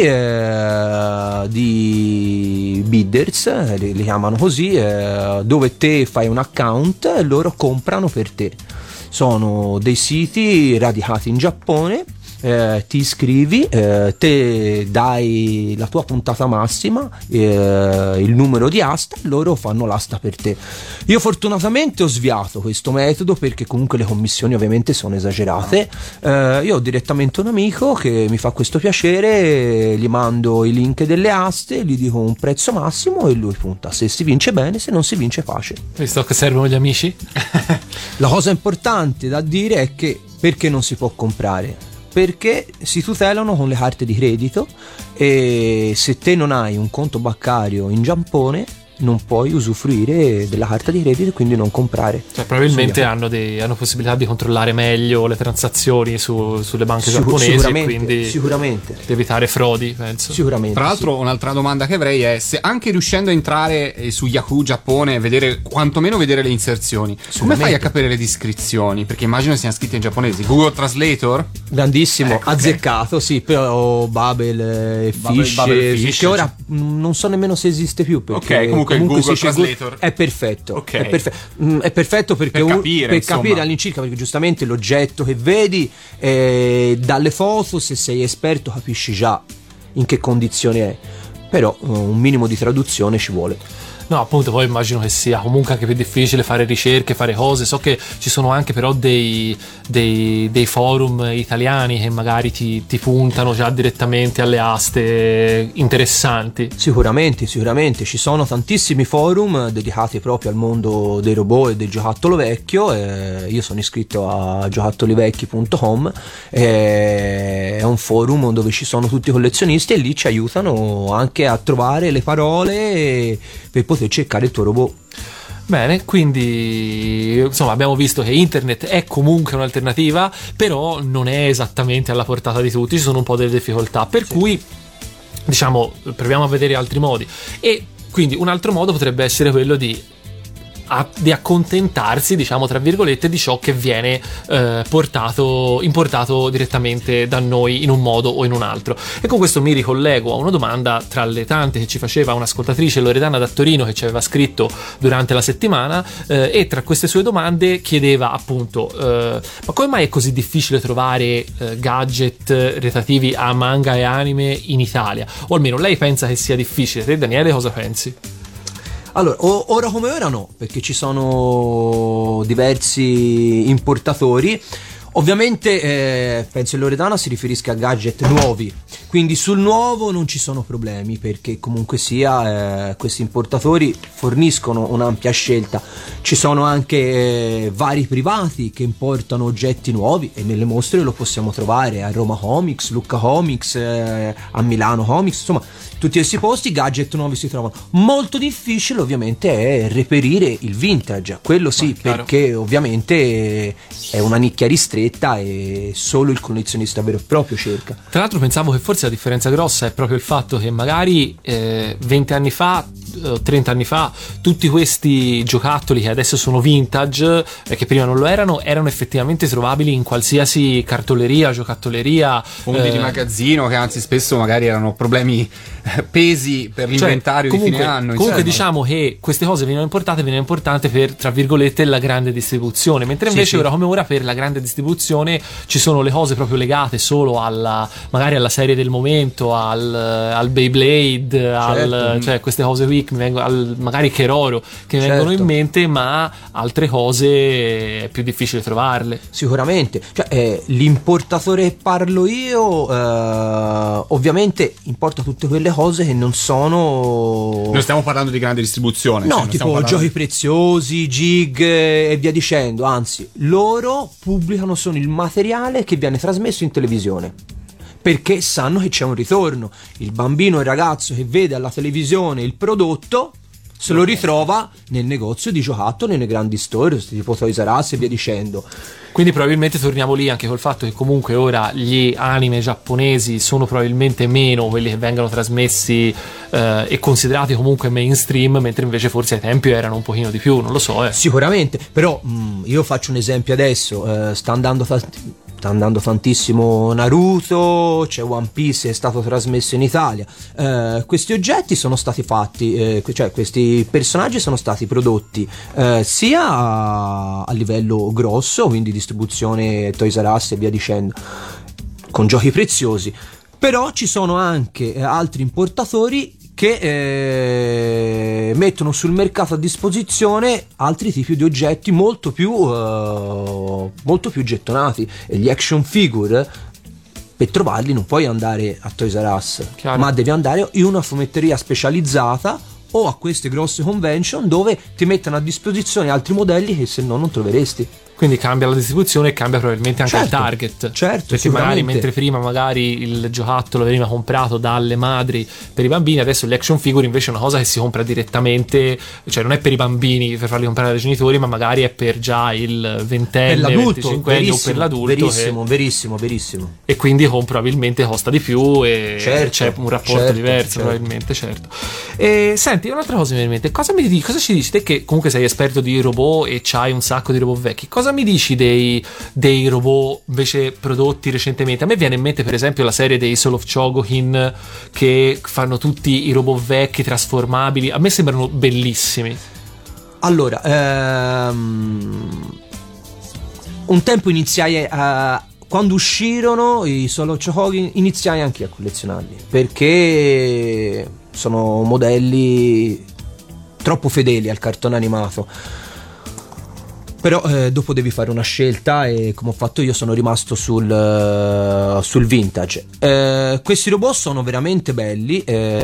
di bidders, li chiamano così, dove te fai un account e loro comprano per te. Sono dei siti radicati in Giappone, ti iscrivi, te dai la tua puntata massima, il numero di asta, e loro fanno l'asta per te. Io fortunatamente ho sviato questo metodo, perché comunque le commissioni ovviamente sono esagerate. Io ho direttamente un amico che mi fa questo piacere, gli mando i link delle aste, gli dico un prezzo massimo e lui punta. Se si vince bene, se non si vince pace. Visto che servono gli amici? La cosa importante da dire è che perché non si può comprare? Perché si tutelano con le carte di credito, e se te non hai un conto bancario in Giappone non puoi usufruire della carta di credito e quindi non comprare. Cioè, probabilmente hanno possibilità di controllare meglio le transazioni sulle banche giapponesi, e quindi sicuramente di evitare frodi, penso. Sicuramente. Tra l'altro, un'altra domanda che avrei è se anche riuscendo a entrare su Yahoo Giappone, quantomeno vedere le inserzioni, come fai a capire le descrizioni? Perché immagino siano scritte in giapponese. Google Translator? Grandissimo, ecco, azzeccato, sì, però Babel e Fish, che ora non so nemmeno se esiste più, perché ok, comunque il Google Translator è perfetto. Okay. È perfetto perché per capire all'incirca, perché giustamente l'oggetto che vedi, dalle foto, se sei esperto capisci già in che condizione è, però un minimo di traduzione ci vuole. No, appunto, poi immagino che sia comunque anche più difficile fare ricerche, fare cose. So che ci sono anche però dei forum italiani che magari ti puntano già direttamente alle aste interessanti. Sicuramente ci sono tantissimi forum dedicati proprio al mondo dei robot e del giocattolo vecchio. Io sono iscritto a giocattolivecchi.com, è un forum dove ci sono tutti i collezionisti, e lì ci aiutano anche a trovare le parole per poter cercare il tuo robot. Bene, quindi insomma abbiamo visto che internet è comunque un'alternativa, però non è esattamente alla portata di tutti, ci sono un po' delle difficoltà, per cui diciamo proviamo a vedere altri modi. E quindi un altro modo potrebbe essere quello di accontentarsi, diciamo tra virgolette, di ciò che viene importato direttamente da noi in un modo o in un altro. E con questo mi ricollego a una domanda tra le tante che ci faceva un'ascoltatrice, Loredana da Torino, che ci aveva scritto durante la settimana, e tra queste sue domande chiedeva appunto ma come mai è così difficile trovare gadget relativi a manga e anime in Italia? O almeno lei pensa che sia difficile. Te, Daniele, cosa pensi? Allora, ora come ora no, perché ci sono diversi importatori. Ovviamente penso che Loredana si riferisca a gadget nuovi, quindi sul nuovo non ci sono problemi, perché comunque sia questi importatori forniscono un'ampia scelta. Ci sono anche vari privati che importano oggetti nuovi, e nelle mostre lo possiamo trovare a Roma Comics, Lucca Comics, a Milano Comics, insomma tutti questi posti gadget nuovi si trovano. Molto difficile ovviamente è reperire il vintage, quello sì, perché ovviamente è una nicchia ristretta e solo il collezionista vero e proprio cerca. Tra l'altro pensavo che forse la differenza grossa è proprio il fatto che magari 20 anni fa 30 anni fa, tutti questi giocattoli che adesso sono vintage e che prima non lo erano effettivamente trovabili in qualsiasi cartoleria, giocattolleria, fondi di magazzino, che anzi spesso magari erano problemi pesi per l'inventario, cioè, di fine anno. Comunque diciamo che queste cose venivano importate per, tra virgolette, la grande distribuzione, mentre invece ora come ora per la grande distribuzione ci sono le cose proprio legate solo magari alla serie del momento, al Beyblade, cioè queste cose qui che mi vengono, magari Keroro che mi vengono in mente, ma altre cose è più difficile trovarle. Sicuramente, cioè, l'importatore che parlo io ovviamente importa tutte quelle cose che non sono... Non stiamo parlando di grande distribuzione. No, cioè, tipo giochi preziosi, gig e via dicendo. Anzi, loro pubblicano solo il materiale che viene trasmesso in televisione, perché sanno che c'è un ritorno. Il bambino, il ragazzo che vede alla televisione il prodotto se lo ritrova nel negozio di giocattoli, nelle grandi store, tipo Toys R Us e via dicendo. Quindi probabilmente torniamo lì anche col fatto che comunque ora gli anime giapponesi sono probabilmente meno quelli che vengono trasmessi e considerati comunque mainstream, mentre invece forse ai tempi erano un pochino di più, non lo so. Sicuramente, però io faccio un esempio adesso, sta andando tantissimo Naruto, c'è One Piece, è stato trasmesso in Italia. Questi oggetti sono stati fatti, cioè questi personaggi sono stati prodotti sia a livello grosso, quindi distribuzione Toys R Us e via dicendo, con giochi preziosi, però ci sono anche altri importatori che mettono sul mercato a disposizione altri tipi di oggetti molto più gettonati, e gli action figure per trovarli non puoi andare a Toys R Us, ma devi andare in una fumetteria specializzata o a queste grosse convention dove ti mettono a disposizione altri modelli che se no non troveresti. Quindi cambia la distribuzione e cambia probabilmente anche il target. Certo, perché magari mentre prima magari il giocattolo veniva comprato dalle madri per i bambini, adesso l'action figure invece è una cosa che si compra direttamente, cioè non è per i bambini per farli comprare dai genitori, ma magari è per già il ventenne, 25enne o per l'adulto. Verissimo. E quindi probabilmente costa di più e c'è un rapporto diverso, probabilmente, certo. E senti, un'altra cosa mi viene in mente, cosa ci dici te che comunque sei esperto di robot e c'hai un sacco di robot vecchi? Cosa mi dici dei robot invece prodotti recentemente? A me viene in mente per esempio la serie dei Soul of Chogokin, che fanno tutti i robot vecchi trasformabili, a me sembrano bellissimi. Allora, un tempo iniziai quando uscirono i Soul of Chogokin, iniziai anche a collezionarli, perché sono modelli troppo fedeli al cartone animato. Però dopo devi fare una scelta, e come ho fatto io sono rimasto sul vintage. Questi robot sono veramente belli,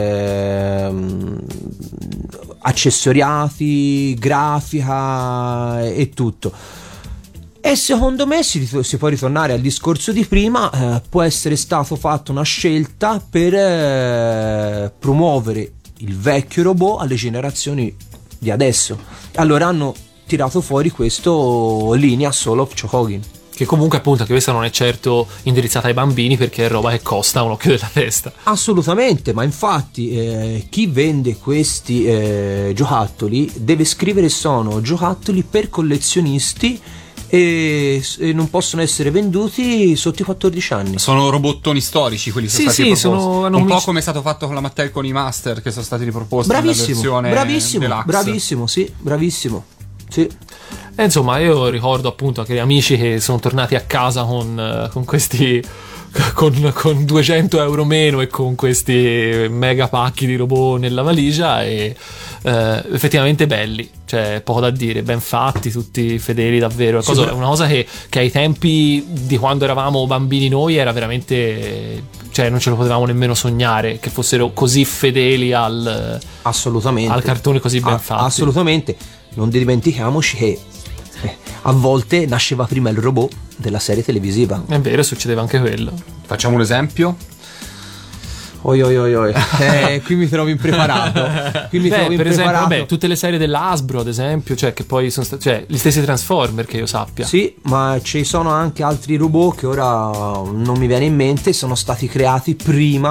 accessoriati, grafica e tutto. E secondo me si può ritornare al discorso di prima, può essere stato fatto una scelta per promuovere il vecchio robot alle generazioni di adesso. Allora hanno tirato fuori questo linea Soul of Chogokin, che comunque appunto che questa non è certo indirizzata ai bambini, perché è roba che costa un occhio della testa. Assolutamente, ma infatti chi vende questi giocattoli deve scrivere sono giocattoli per collezionisti e non possono essere venduti sotto i 14 anni. Sono robottoni storici, quelli sono stati proposti. Sono un po' come è stato fatto con la Mattel con i Master, che sono stati riproposti nella versione deluxe. Bravissimo. Sì. Insomma, io ricordo appunto anche gli amici che sono tornati a casa con questi con 200 euro meno e con questi mega pacchi di robot nella valigia, e effettivamente belli, cioè poco da dire, ben fatti, tutti fedeli davvero. Una cosa che ai tempi di quando eravamo bambini noi era veramente, cioè non ce lo potevamo nemmeno sognare che fossero così fedeli al cartone così ben fatti. Assolutamente. Non dimentichiamoci che a volte nasceva prima il robot della serie televisiva. È vero, succedeva anche quello. Facciamo un esempio? Qui mi trovo impreparato. Per esempio, tutte le serie della Hasbro, ad esempio, cioè che poi sono gli stessi Transformer, che io sappia. Sì, ma ci sono anche altri robot che ora non mi viene in mente, sono stati creati prima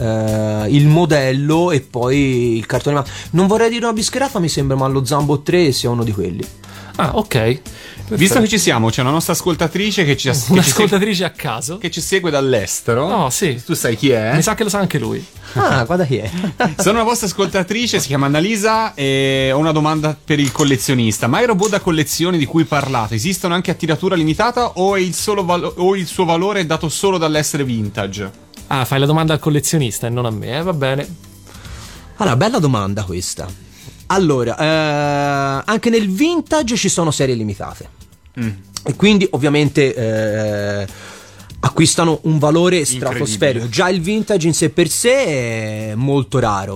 il modello e poi il cartone animato. Non vorrei dire una bischerata, mi sembra, ma lo Zambo 3 sia uno di quelli. Ah, ok. Visto che ci siamo, c'è una nostra ascoltatrice che un'ascoltatrice a caso che ci segue dall'estero. Oh, sì. Tu sai chi è? Mi sa che lo sa anche lui. Ah, guarda chi è. Sono una vostra ascoltatrice, si chiama Annalisa e ho una domanda per il collezionista. Ma i robot da collezione di cui parlate esistono anche a tiratura limitata o il suo valore è dato solo dall'essere vintage? Ah, fai la domanda al collezionista e non a me, va bene. Allora, bella domanda questa. Allora, anche nel vintage ci sono serie limitate. E quindi ovviamente acquistano un valore stratosferico. Già il vintage in sé per sé è molto raro.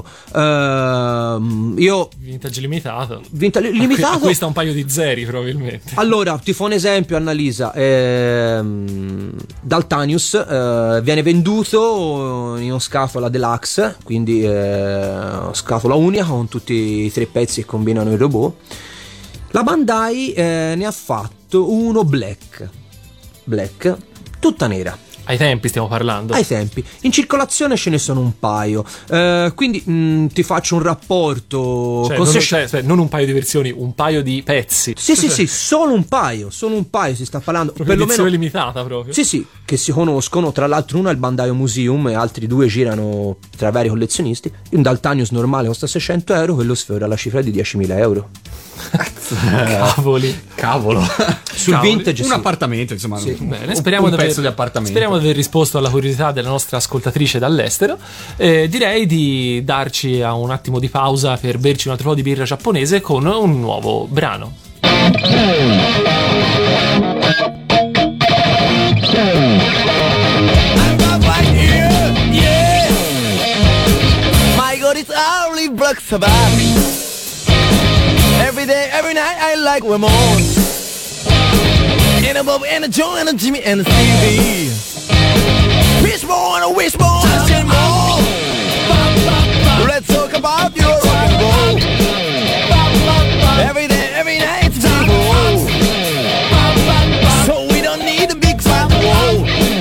Vintage limitato. Limitato acquista un paio di zeri probabilmente. Allora, ti fa un esempio, Annalisa. Daltanius viene venduto in una scatola deluxe, quindi scatola unica con tutti i 3 pezzi che combinano il robot. La Bandai ne ha fatto uno black, tutta nera. Ai tempi stiamo parlando. Ai tempi. In circolazione ce ne sono un paio. Quindi ti faccio un rapporto. Non un paio di versioni, un paio di pezzi. Sì, solo un paio si sta parlando. Proprio edizione limitata proprio. Sì, che si conoscono. Tra l'altro uno è il Bandai Museum e altri 2 girano tra vari collezionisti. Un Daltanius normale costa 600 euro, quello sfera la cifra di 10.000 euro. Cavolo. Sul vintage un appartamento, insomma, sì. Bene, speriamo di aver risposto alla curiosità della nostra ascoltatrice dall'estero. Direi di darci a un attimo di pausa per berci un altro po' di birra giapponese con un nuovo brano. My God, it's only Black Sabbath. Every day, every night, I like Ramones. And above, and a Joe, and a Jimmy, and a Stevie. Wishbone, a wishbone, and more. Let's talk about your rock and roll. Every day, every night, it's people. So we don't need a big fat wall.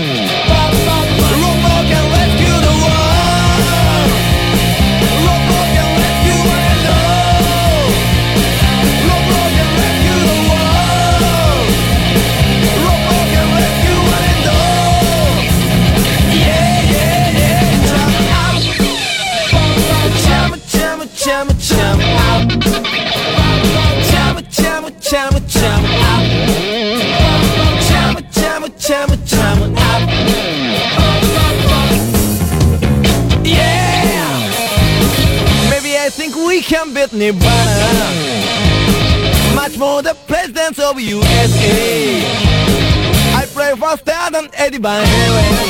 Rock and rescue the world. Rock and rescue the world. Rock and rescue the world. Rock and rescue the world. Yeah, yeah, yeah. Jump out. Jump out, jump out, jump out. Jump out, jump out, jump out, jump out. Jump out, jump out, jump out, jump out. Yeah. Maybe I think we can beat Nirvana. Much more the presidents of USA. I play faster than Eddie Van Halen.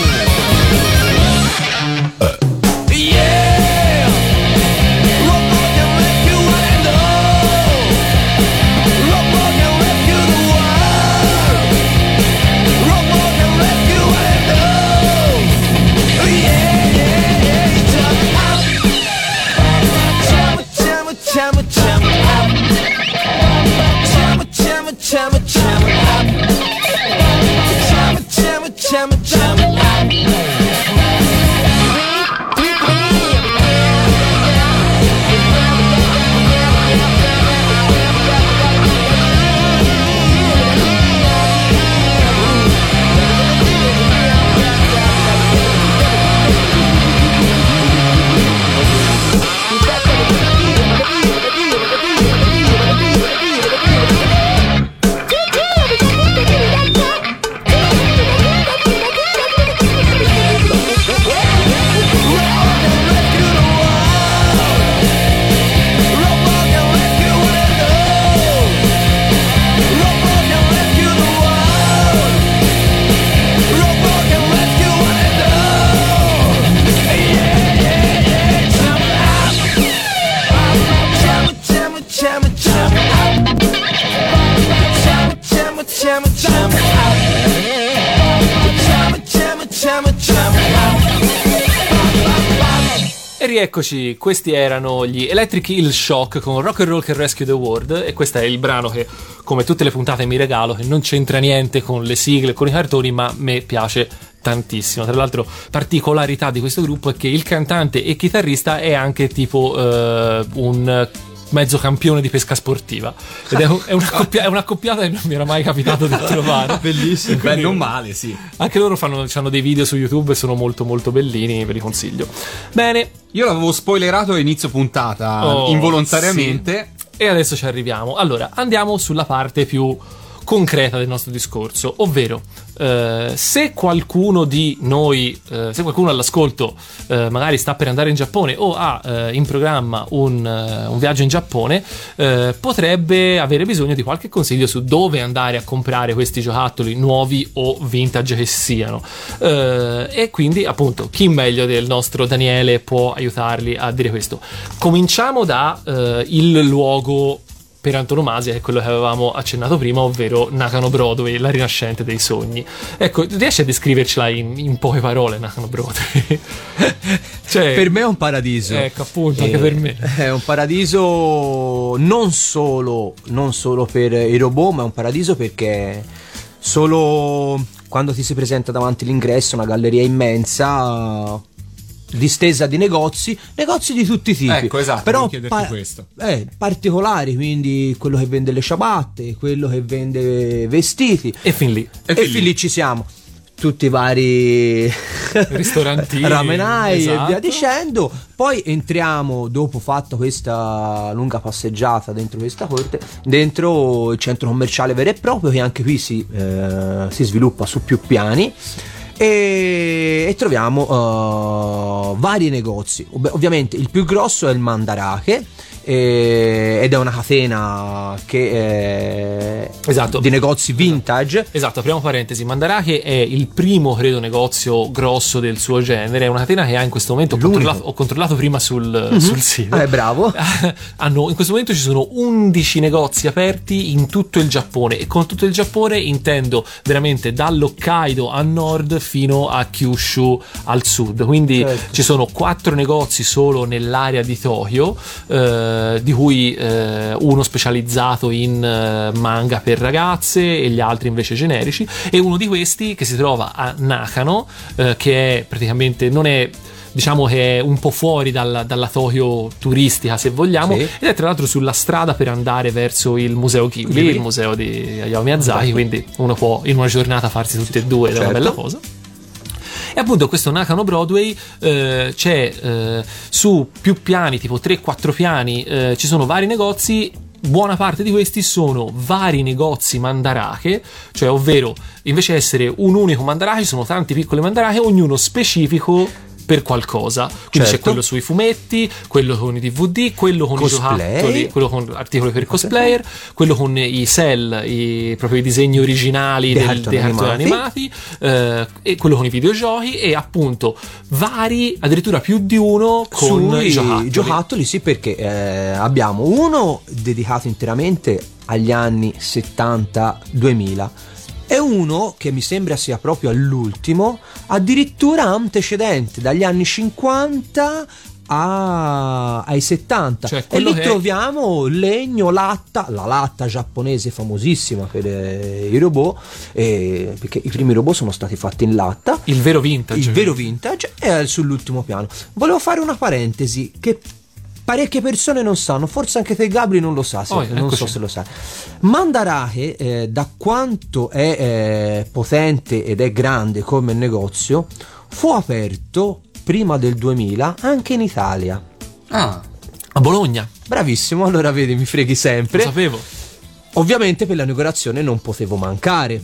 Yeah. Rock and rescue and know. Rock and rescue the world. Rock and rescue and know. Yeah, yeah, yeah. Jump out. Jump, jump, jump, jump out. Jump, jump, jump, jump out. Jump, jump, jump, jump out. E rieccoci, questi erano gli Electric Eel Shock con Rock and Roll Can Rescue the World, e questo è il brano che, come tutte le puntate, mi regalo, che non c'entra niente con le sigle, con i cartoni, ma a me piace tantissimo. Tra l'altro, particolarità di questo gruppo è che il cantante e chitarrista è anche tipo un mezzo campione di pesca sportiva, ed è un'accoppiata che non mi era mai capitato di trovare. Bellissimo. Beh, non male, sì. Anche loro hanno dei video su YouTube e sono molto molto bellini, ve li consiglio. Bene, Io l'avevo spoilerato a inizio puntata involontariamente. sì. E adesso ci arriviamo. Allora, andiamo sulla parte più concreta del nostro discorso, ovvero se qualcuno di noi, se qualcuno all'ascolto magari sta per andare in Giappone o ha in programma un viaggio in Giappone, potrebbe avere bisogno di qualche consiglio su dove andare a comprare questi giocattoli, nuovi o vintage che siano, e quindi appunto chi meglio del nostro Daniele può aiutarli a dire questo. Cominciamo da il luogo per antonomasia, è quello che avevamo accennato prima, ovvero Nakano Broadway, la rinascente dei sogni. Ecco, riesci a descrivercela in poche parole, Nakano Broadway? Cioè, Per me è un paradiso. Ecco, appunto, anche per me. È un paradiso non solo per i robot, ma è un paradiso perché solo quando ti si presenta davanti l'ingresso, una galleria immensa distesa di negozi di tutti i tipi. Ecco, esatto, però volevo chiederti questo. Particolari, quindi quello che vende le ciabatte, quello che vende vestiti, E fin lì. e fin lì ci siamo. Tutti i vari Ristorantini, ramenai esatto. e via dicendo. Poi entriamo, dopo fatta questa lunga passeggiata dentro questa corte, dentro il centro commerciale vero e proprio, che anche qui si sviluppa su più piani. E troviamo vari negozi. Ovviamente il più grosso è il Mandarake, ed è una catena che Esatto. di negozi vintage. Esatto, apriamo parentesi. Mandarake è il primo, credo, negozio grosso del suo genere. È una catena che ha in questo momento, ho controllato prima sul sito. Bravo. In questo momento ci sono 11 negozi aperti in tutto il Giappone, e con tutto il Giappone intendo veramente dall'Hokkaido a nord fino a Kyushu al sud. Quindi ci sono 4 negozi solo nell'area di Tokyo, di cui uno specializzato in manga per ragazze e gli altri invece generici, e uno di questi che si trova a Nakano, che è praticamente, non è, diciamo che è un po' fuori dalla Tokyo turistica, se vogliamo, Sì. ed è tra l'altro sulla strada per andare verso il museo Ghibli, il museo di Hayao Miyazaki, quindi uno può in una giornata farsi tutte e due, ed è una bella cosa. E appunto questo Nakano Broadway c'è su più piani, tipo 3-4 piani, ci sono vari negozi. Buona parte di questi sono vari negozi Mandarake, cioè ovvero invece di essere un unico Mandarake ci sono tanti piccoli Mandarake, ognuno specifico per qualcosa. Quindi c'è quello sui fumetti, quello con i DVD, quello con Cosplay. i giocattoli, quello con articoli per cosplayer, quello con i cell, proprio i disegni originali dei cartoni animati, e quello con i videogiochi, e appunto vari, addirittura più di uno con i giocattoli, sì, perché abbiamo uno dedicato interamente agli anni 70-2000 e uno che mi sembra sia proprio all'ultimo, addirittura antecedente, dagli anni 50 ai 70, cioè, e lì che troviamo legno, latta, la latta giapponese famosissima per i robot, perché i primi robot sono stati fatti in latta, il vero vintage. il vero vintage è sull'ultimo piano. Volevo fare una parentesi che parecchie persone non sanno, forse anche te Gabri non lo sa, non so se lo sai. Mandarake, da quanto è potente ed è grande come negozio, fu aperto prima del 2000 anche in Italia. A Bologna. Bravissimo, allora vedi, mi freghi sempre. Lo sapevo. Ovviamente per l'inaugurazione non potevo mancare,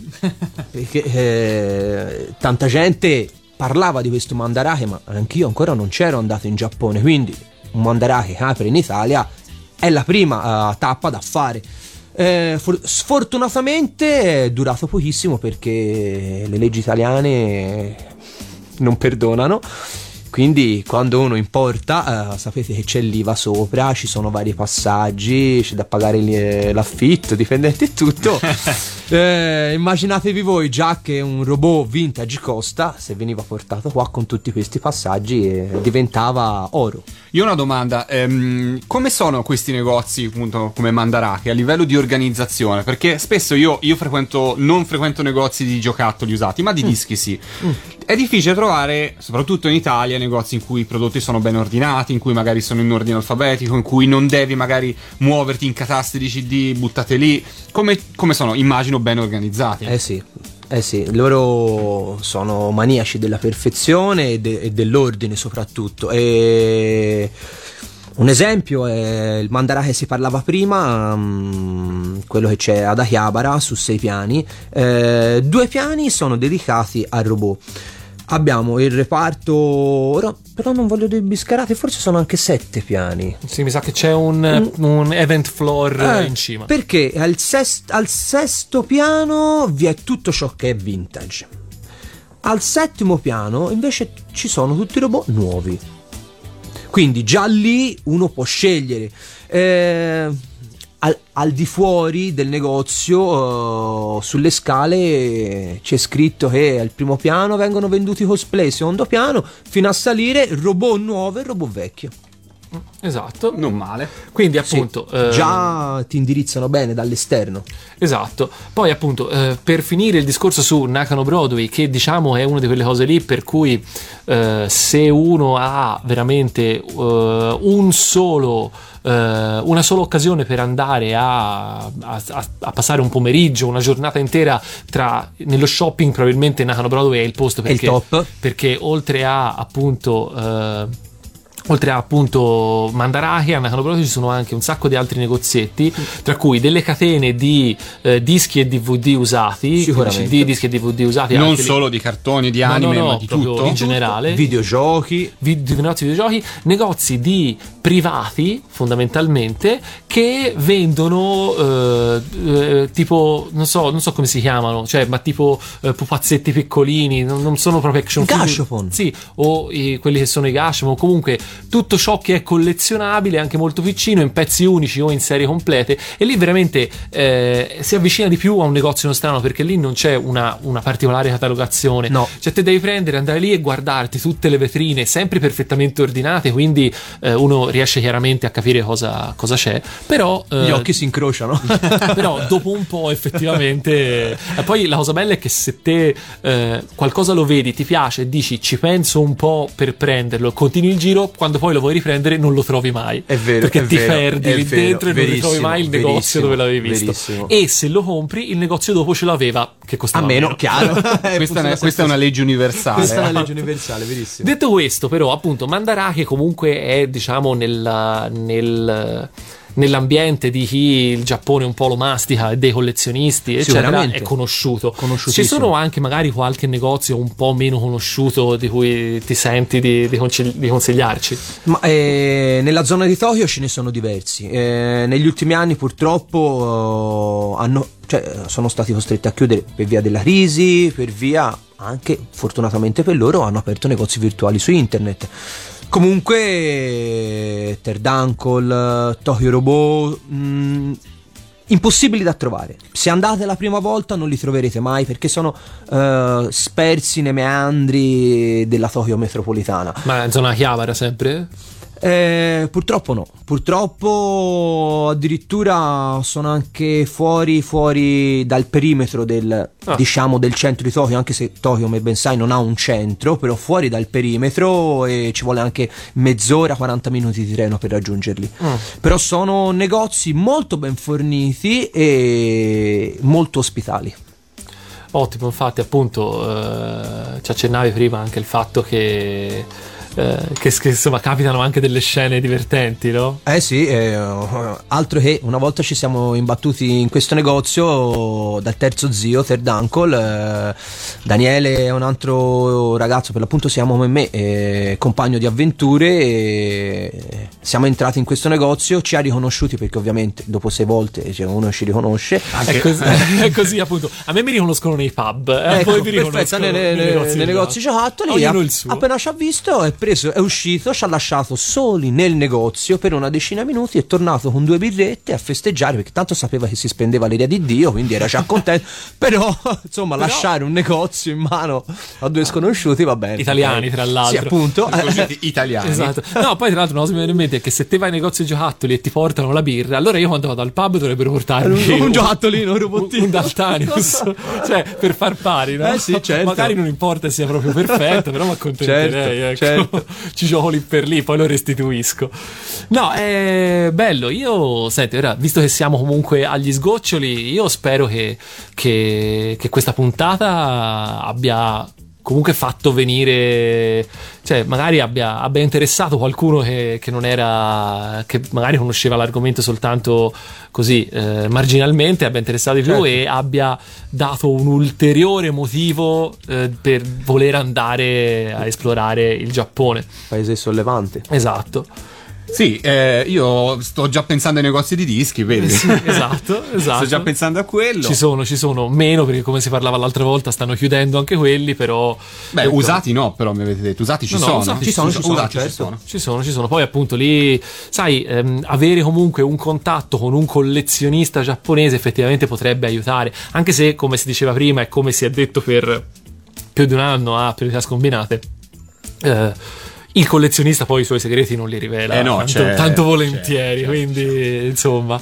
perché tanta gente parlava di questo Mandarake, ma anch'io ancora non c'ero andato in Giappone, quindi un Mandarake che apre in Italia è la prima tappa da fare. Sfortunatamente è durato pochissimo perché le leggi italiane non perdonano, quindi quando uno importa sapete che c'è l'IVA sopra, ci sono vari passaggi, c'è da pagare l'affitto, dipendente e tutto. Immaginatevi voi già che un robot vintage costa, se veniva portato qua con tutti questi passaggi diventava oro. Io ho una domanda, come sono questi negozi appunto come Mandarake a livello di organizzazione? Perché spesso io non frequento negozi di giocattoli usati, ma di dischi sì. È difficile trovare, soprattutto in Italia, negozi in cui i prodotti sono ben ordinati, in cui magari sono in ordine alfabetico, in cui non devi magari muoverti in cataste di CD buttate lì. Come sono? Immagino ben organizzati. Sì, loro sono maniaci della perfezione e dell'ordine soprattutto. E un esempio è il mandara che si parlava prima, quello che c'è ad Akihabara su 6 piani. 2 piani sono dedicati al robot. Abbiamo il reparto, ora però non voglio dire biscarate, forse sono anche 7 piani. Sì, mi sa che c'è un event floor in cima. Perché al sesto piano vi è tutto ciò che è vintage. Al 7° piano invece ci sono tutti i robot nuovi. Quindi già lì uno può scegliere. Al di fuori del negozio, sulle scale c'è scritto che al primo piano vengono venduti cosplay, secondo piano fino a salire robot nuovo e robot vecchio. Esatto. Non male. Quindi appunto già ti indirizzano bene dall'esterno. Esatto. Poi appunto per finire il discorso su Nakano Broadway, che diciamo è una di quelle cose lì per cui se uno ha veramente una sola occasione per andare a passare un pomeriggio, una giornata intera nello shopping, probabilmente Nakano Broadway è il posto, perché, è il top. Perché oltre a appunto Mandarake, a Nakano Broadway ci sono anche un sacco di altri negozietti, tra cui delle catene di dischi e DVD usati, sicuramente CD, dischi e DVD usati, non anche solo di cartoni, di anime, ma di tutto in generale, videogiochi, negozi di privati fondamentalmente, che vendono tipo non so come si chiamano, cioè ma tipo pupazzetti piccolini, non sono proprio action figure, Gashapon, sì, o quelli che sono i Gashapon, comunque tutto ciò che è collezionabile, anche molto piccino, in pezzi unici o in serie complete. E lì veramente si avvicina di più a un negozio nostrano, perché lì non c'è una particolare catalogazione, no. Cioè te devi andare lì e guardarti tutte le vetrine sempre perfettamente ordinate, quindi uno riesce chiaramente a capire cosa c'è, però gli occhi si incrociano. però dopo un po' effettivamente poi la cosa bella è che se te qualcosa lo vedi, ti piace e dici ci penso un po' per prenderlo, continui il giro, quando poi lo vuoi riprendere non lo trovi mai, è vero, perché è ti vero, perdi lì dentro e non ritrovi mai il negozio dove l'avevi visto, verissimo. E se lo compri il negozio dopo ce l'aveva, che costava a meno. Chiaro. questa è una legge universale. Questa è una legge universale, verissimo. Detto questo, però, appunto, Mandarake comunque è, diciamo, nell'ambiente di chi il Giappone un po' lo mastica e dei collezionisti, eccetera, è conosciuto. Ci sono anche magari qualche negozio un po' meno conosciuto di cui ti senti di consigliarci? Ma nella zona di Tokyo ce ne sono diversi. Negli ultimi anni purtroppo sono stati costretti a chiudere per via della crisi, per via anche, fortunatamente per loro, hanno aperto negozi virtuali su internet. Comunque Terdankol, Tokyo Robot, impossibili da trovare. Se andate la prima volta non li troverete mai, perché sono spersi nei meandri della Tokyo metropolitana. Ma in zona Akihabara sempre? Purtroppo no, purtroppo addirittura sono anche fuori dal perimetro diciamo del centro di Tokyo, anche se Tokyo, come ben sai, non ha un centro, però fuori dal perimetro, e ci vuole anche mezz'ora, 40 minuti di treno per raggiungerli. Però sono negozi molto ben forniti e molto ospitali. Ottimo, infatti appunto ci accennavi prima anche il fatto che insomma capitano anche delle scene divertenti, no? Sì, altro che una volta ci siamo imbattuti in questo negozio dal terzo zio, Terdankol. Daniele è un altro ragazzo, per l'appunto si chiama come me, compagno di avventure, e siamo entrati in questo negozio, ci ha riconosciuti, perché ovviamente dopo 6 volte uno ci riconosce. È così appunto, a me mi riconoscono nei pub, poi mi riconoscono nei negozi giocattoli. Appena ci ha visto è uscito, ci ha lasciato soli nel negozio per una decina di minuti, è tornato con 2 birrette a festeggiare, perché tanto sapeva che si spendeva l'ira di Dio, quindi era già contento. però lasciare un negozio in mano a 2 sconosciuti va bene, italiani tra l'altro. Sì, appunto. Italiani, esatto. No, poi tra l'altro mi viene in mente succede è che se te vai nei negozi giocattoli e ti portano la birra, allora io quando vado al pub dovrebbero portarmi un giocattolino, un robottino, un Daltanius, cioè per far pari, no? Sì, certo. Magari non importa se sia proprio perfetto, però mi accontenterei, certo, ecco. Ci gioco lì per lì, poi lo restituisco. No, è bello. Io, senti, ora, visto che siamo comunque agli sgoccioli, io spero che questa puntata abbia comunque fatto venire, cioè magari abbia interessato qualcuno che non era, che magari conosceva l'argomento soltanto così marginalmente, abbia interessato di più, certo, e abbia dato un ulteriore motivo per voler andare a esplorare il Giappone, paese sollevante. Esatto. Sì, io sto già pensando ai negozi di dischi, vedi? Sì, esatto. Sto già pensando a quello. Ci sono meno, perché come si parlava l'altra volta stanno chiudendo anche quelli, però... Beh, ecco, usati no, però mi avete detto, usati ci sono. Usati ci sono, certo. Ci sono. Poi appunto lì, sai, avere comunque un contatto con un collezionista giapponese effettivamente potrebbe aiutare, anche se, come si diceva prima e come si è detto per più di un anno a Priorità Scombinate, il collezionista poi i suoi segreti non li rivela tanto volentieri, certo. Quindi insomma,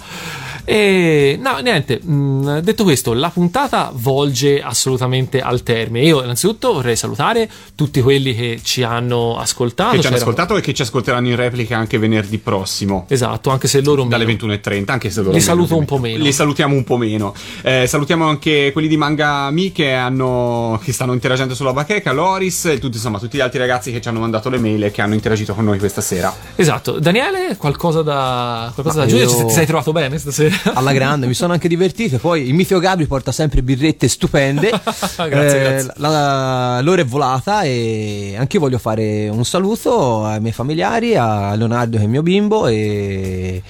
e no, niente, detto questo, la puntata volge assolutamente al termine. Io innanzitutto vorrei salutare tutti quelli che ci hanno ascoltato, e che ci ascolteranno in replica anche venerdì prossimo, esatto, anche se loro dalle 21:30, anche se loro li saluto un po' meno, li salutiamo un po' meno. Salutiamo anche quelli di Manga Mi che stanno interagendo sulla bacheca, Loris e tutti gli altri ragazzi che ci hanno mandato le mail e che hanno interagito con noi questa sera. Esatto. Daniele, qualcosa da aggiungere? Ti sei trovato bene stasera? Alla grande, mi sono anche divertito. Poi il mitico Gabri porta sempre birrette stupende. Grazie. L'ora è volata e anche io voglio fare un saluto ai miei familiari, a Leonardo che è il mio bimbo e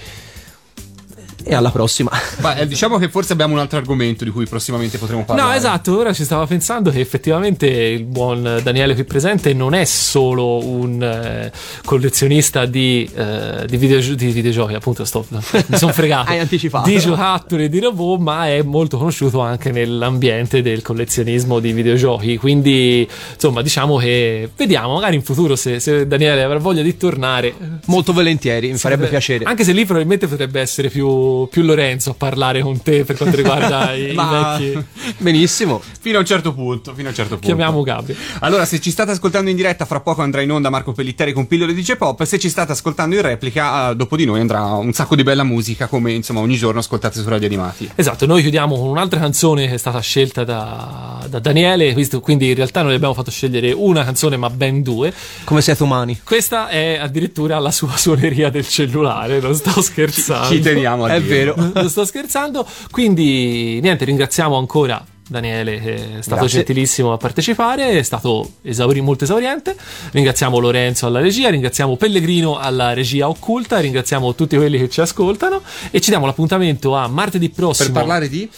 alla prossima. Beh, diciamo che forse abbiamo un altro argomento di cui prossimamente potremo parlare. No, esatto, ora ci stavo pensando che effettivamente il buon Daniele qui presente non è solo un collezionista di videogiochi, appunto mi sono fregato. Hai anticipato. Di giocattoli e di robot, ma è molto conosciuto anche nell'ambiente del collezionismo di videogiochi, quindi insomma diciamo che vediamo magari in futuro se Daniele avrà voglia di tornare. Molto volentieri, mi farebbe piacere. Anche se lì probabilmente potrebbe essere più Lorenzo a parlare con te per quanto riguarda i vecchi. Benissimo, fino a un certo punto. Chiamiamo Gabri. Allora, se ci state ascoltando in diretta, fra poco andrà in onda Marco Pellitteri con Pillole di J-Pop. Se ci state ascoltando in replica, dopo di noi andrà un sacco di bella musica, come insomma ogni giorno ascoltate su Radio Animati. Esatto, noi chiudiamo con un'altra canzone che è stata scelta da Daniele, quindi in realtà noi abbiamo fatto scegliere una canzone ma ben due. Come siete umani. Questa è addirittura la sua suoneria del cellulare, non sto scherzando. Ci teniamo a È vero. Non sto scherzando, quindi niente, ringraziamo ancora Daniele che è stato gentilissimo a partecipare, è stato molto esauriente. Ringraziamo Lorenzo alla regia, ringraziamo Pellegrino alla regia occulta, ringraziamo tutti quelli che ci ascoltano e ci diamo l'appuntamento a martedì prossimo per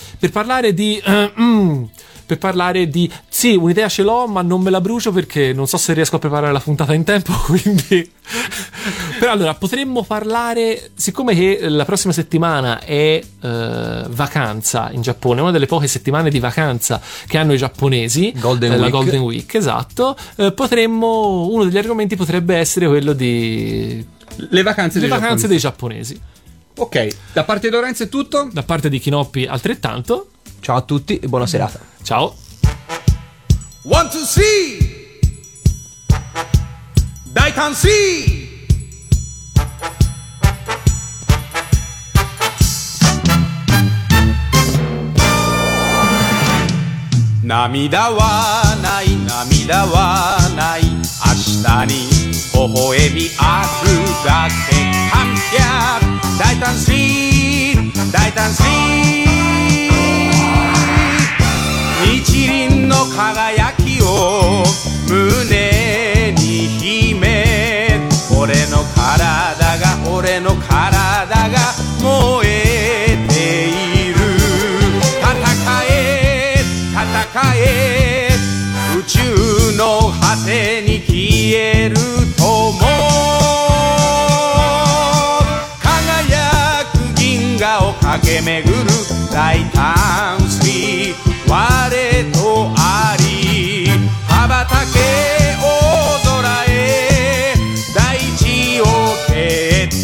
parlare di sì, un'idea ce l'ho ma non me la brucio perché non so se riesco a preparare la puntata in tempo, quindi però allora potremmo parlare, siccome che la prossima settimana è vacanza in Giappone, una delle poche settimane di vacanza che hanno i giapponesi, la Golden Week, esatto, uno degli argomenti potrebbe essere quello di le vacanze dei giapponesi. Ok, da parte di Lorenzo è tutto, da parte di Kinoppi altrettanto. Ciao a tutti e buona serata. Ciao. 1, 2, 3大胆 C 涙はない涙はない明日に微笑みあるだけ観客大胆 C 大胆 C日輪の輝きを胸に秘め俺の体が燃えている戦え宇宙の果てに消えるとも輝く銀河を駆け巡る大胆水我とあり羽ばたけ大空へ大地を蹴って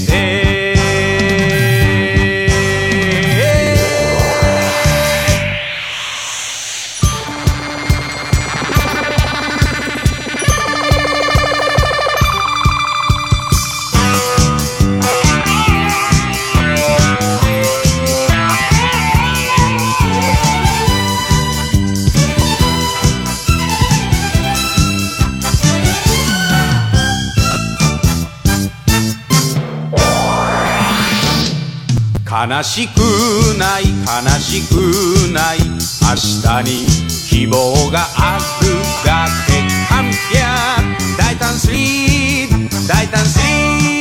悲しくない悲しくない明日に希望があるだけ完璧大胆スリー大胆スリ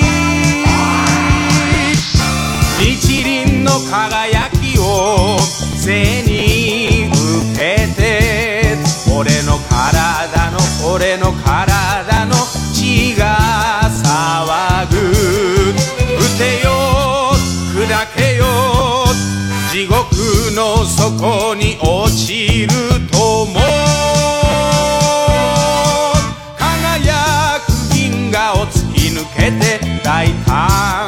ー日輪の輝きを背に受けて俺の体の血が騒ぐ打てよ砕けよ地獄の底に落ちるとも輝く銀河を突き抜けて大胆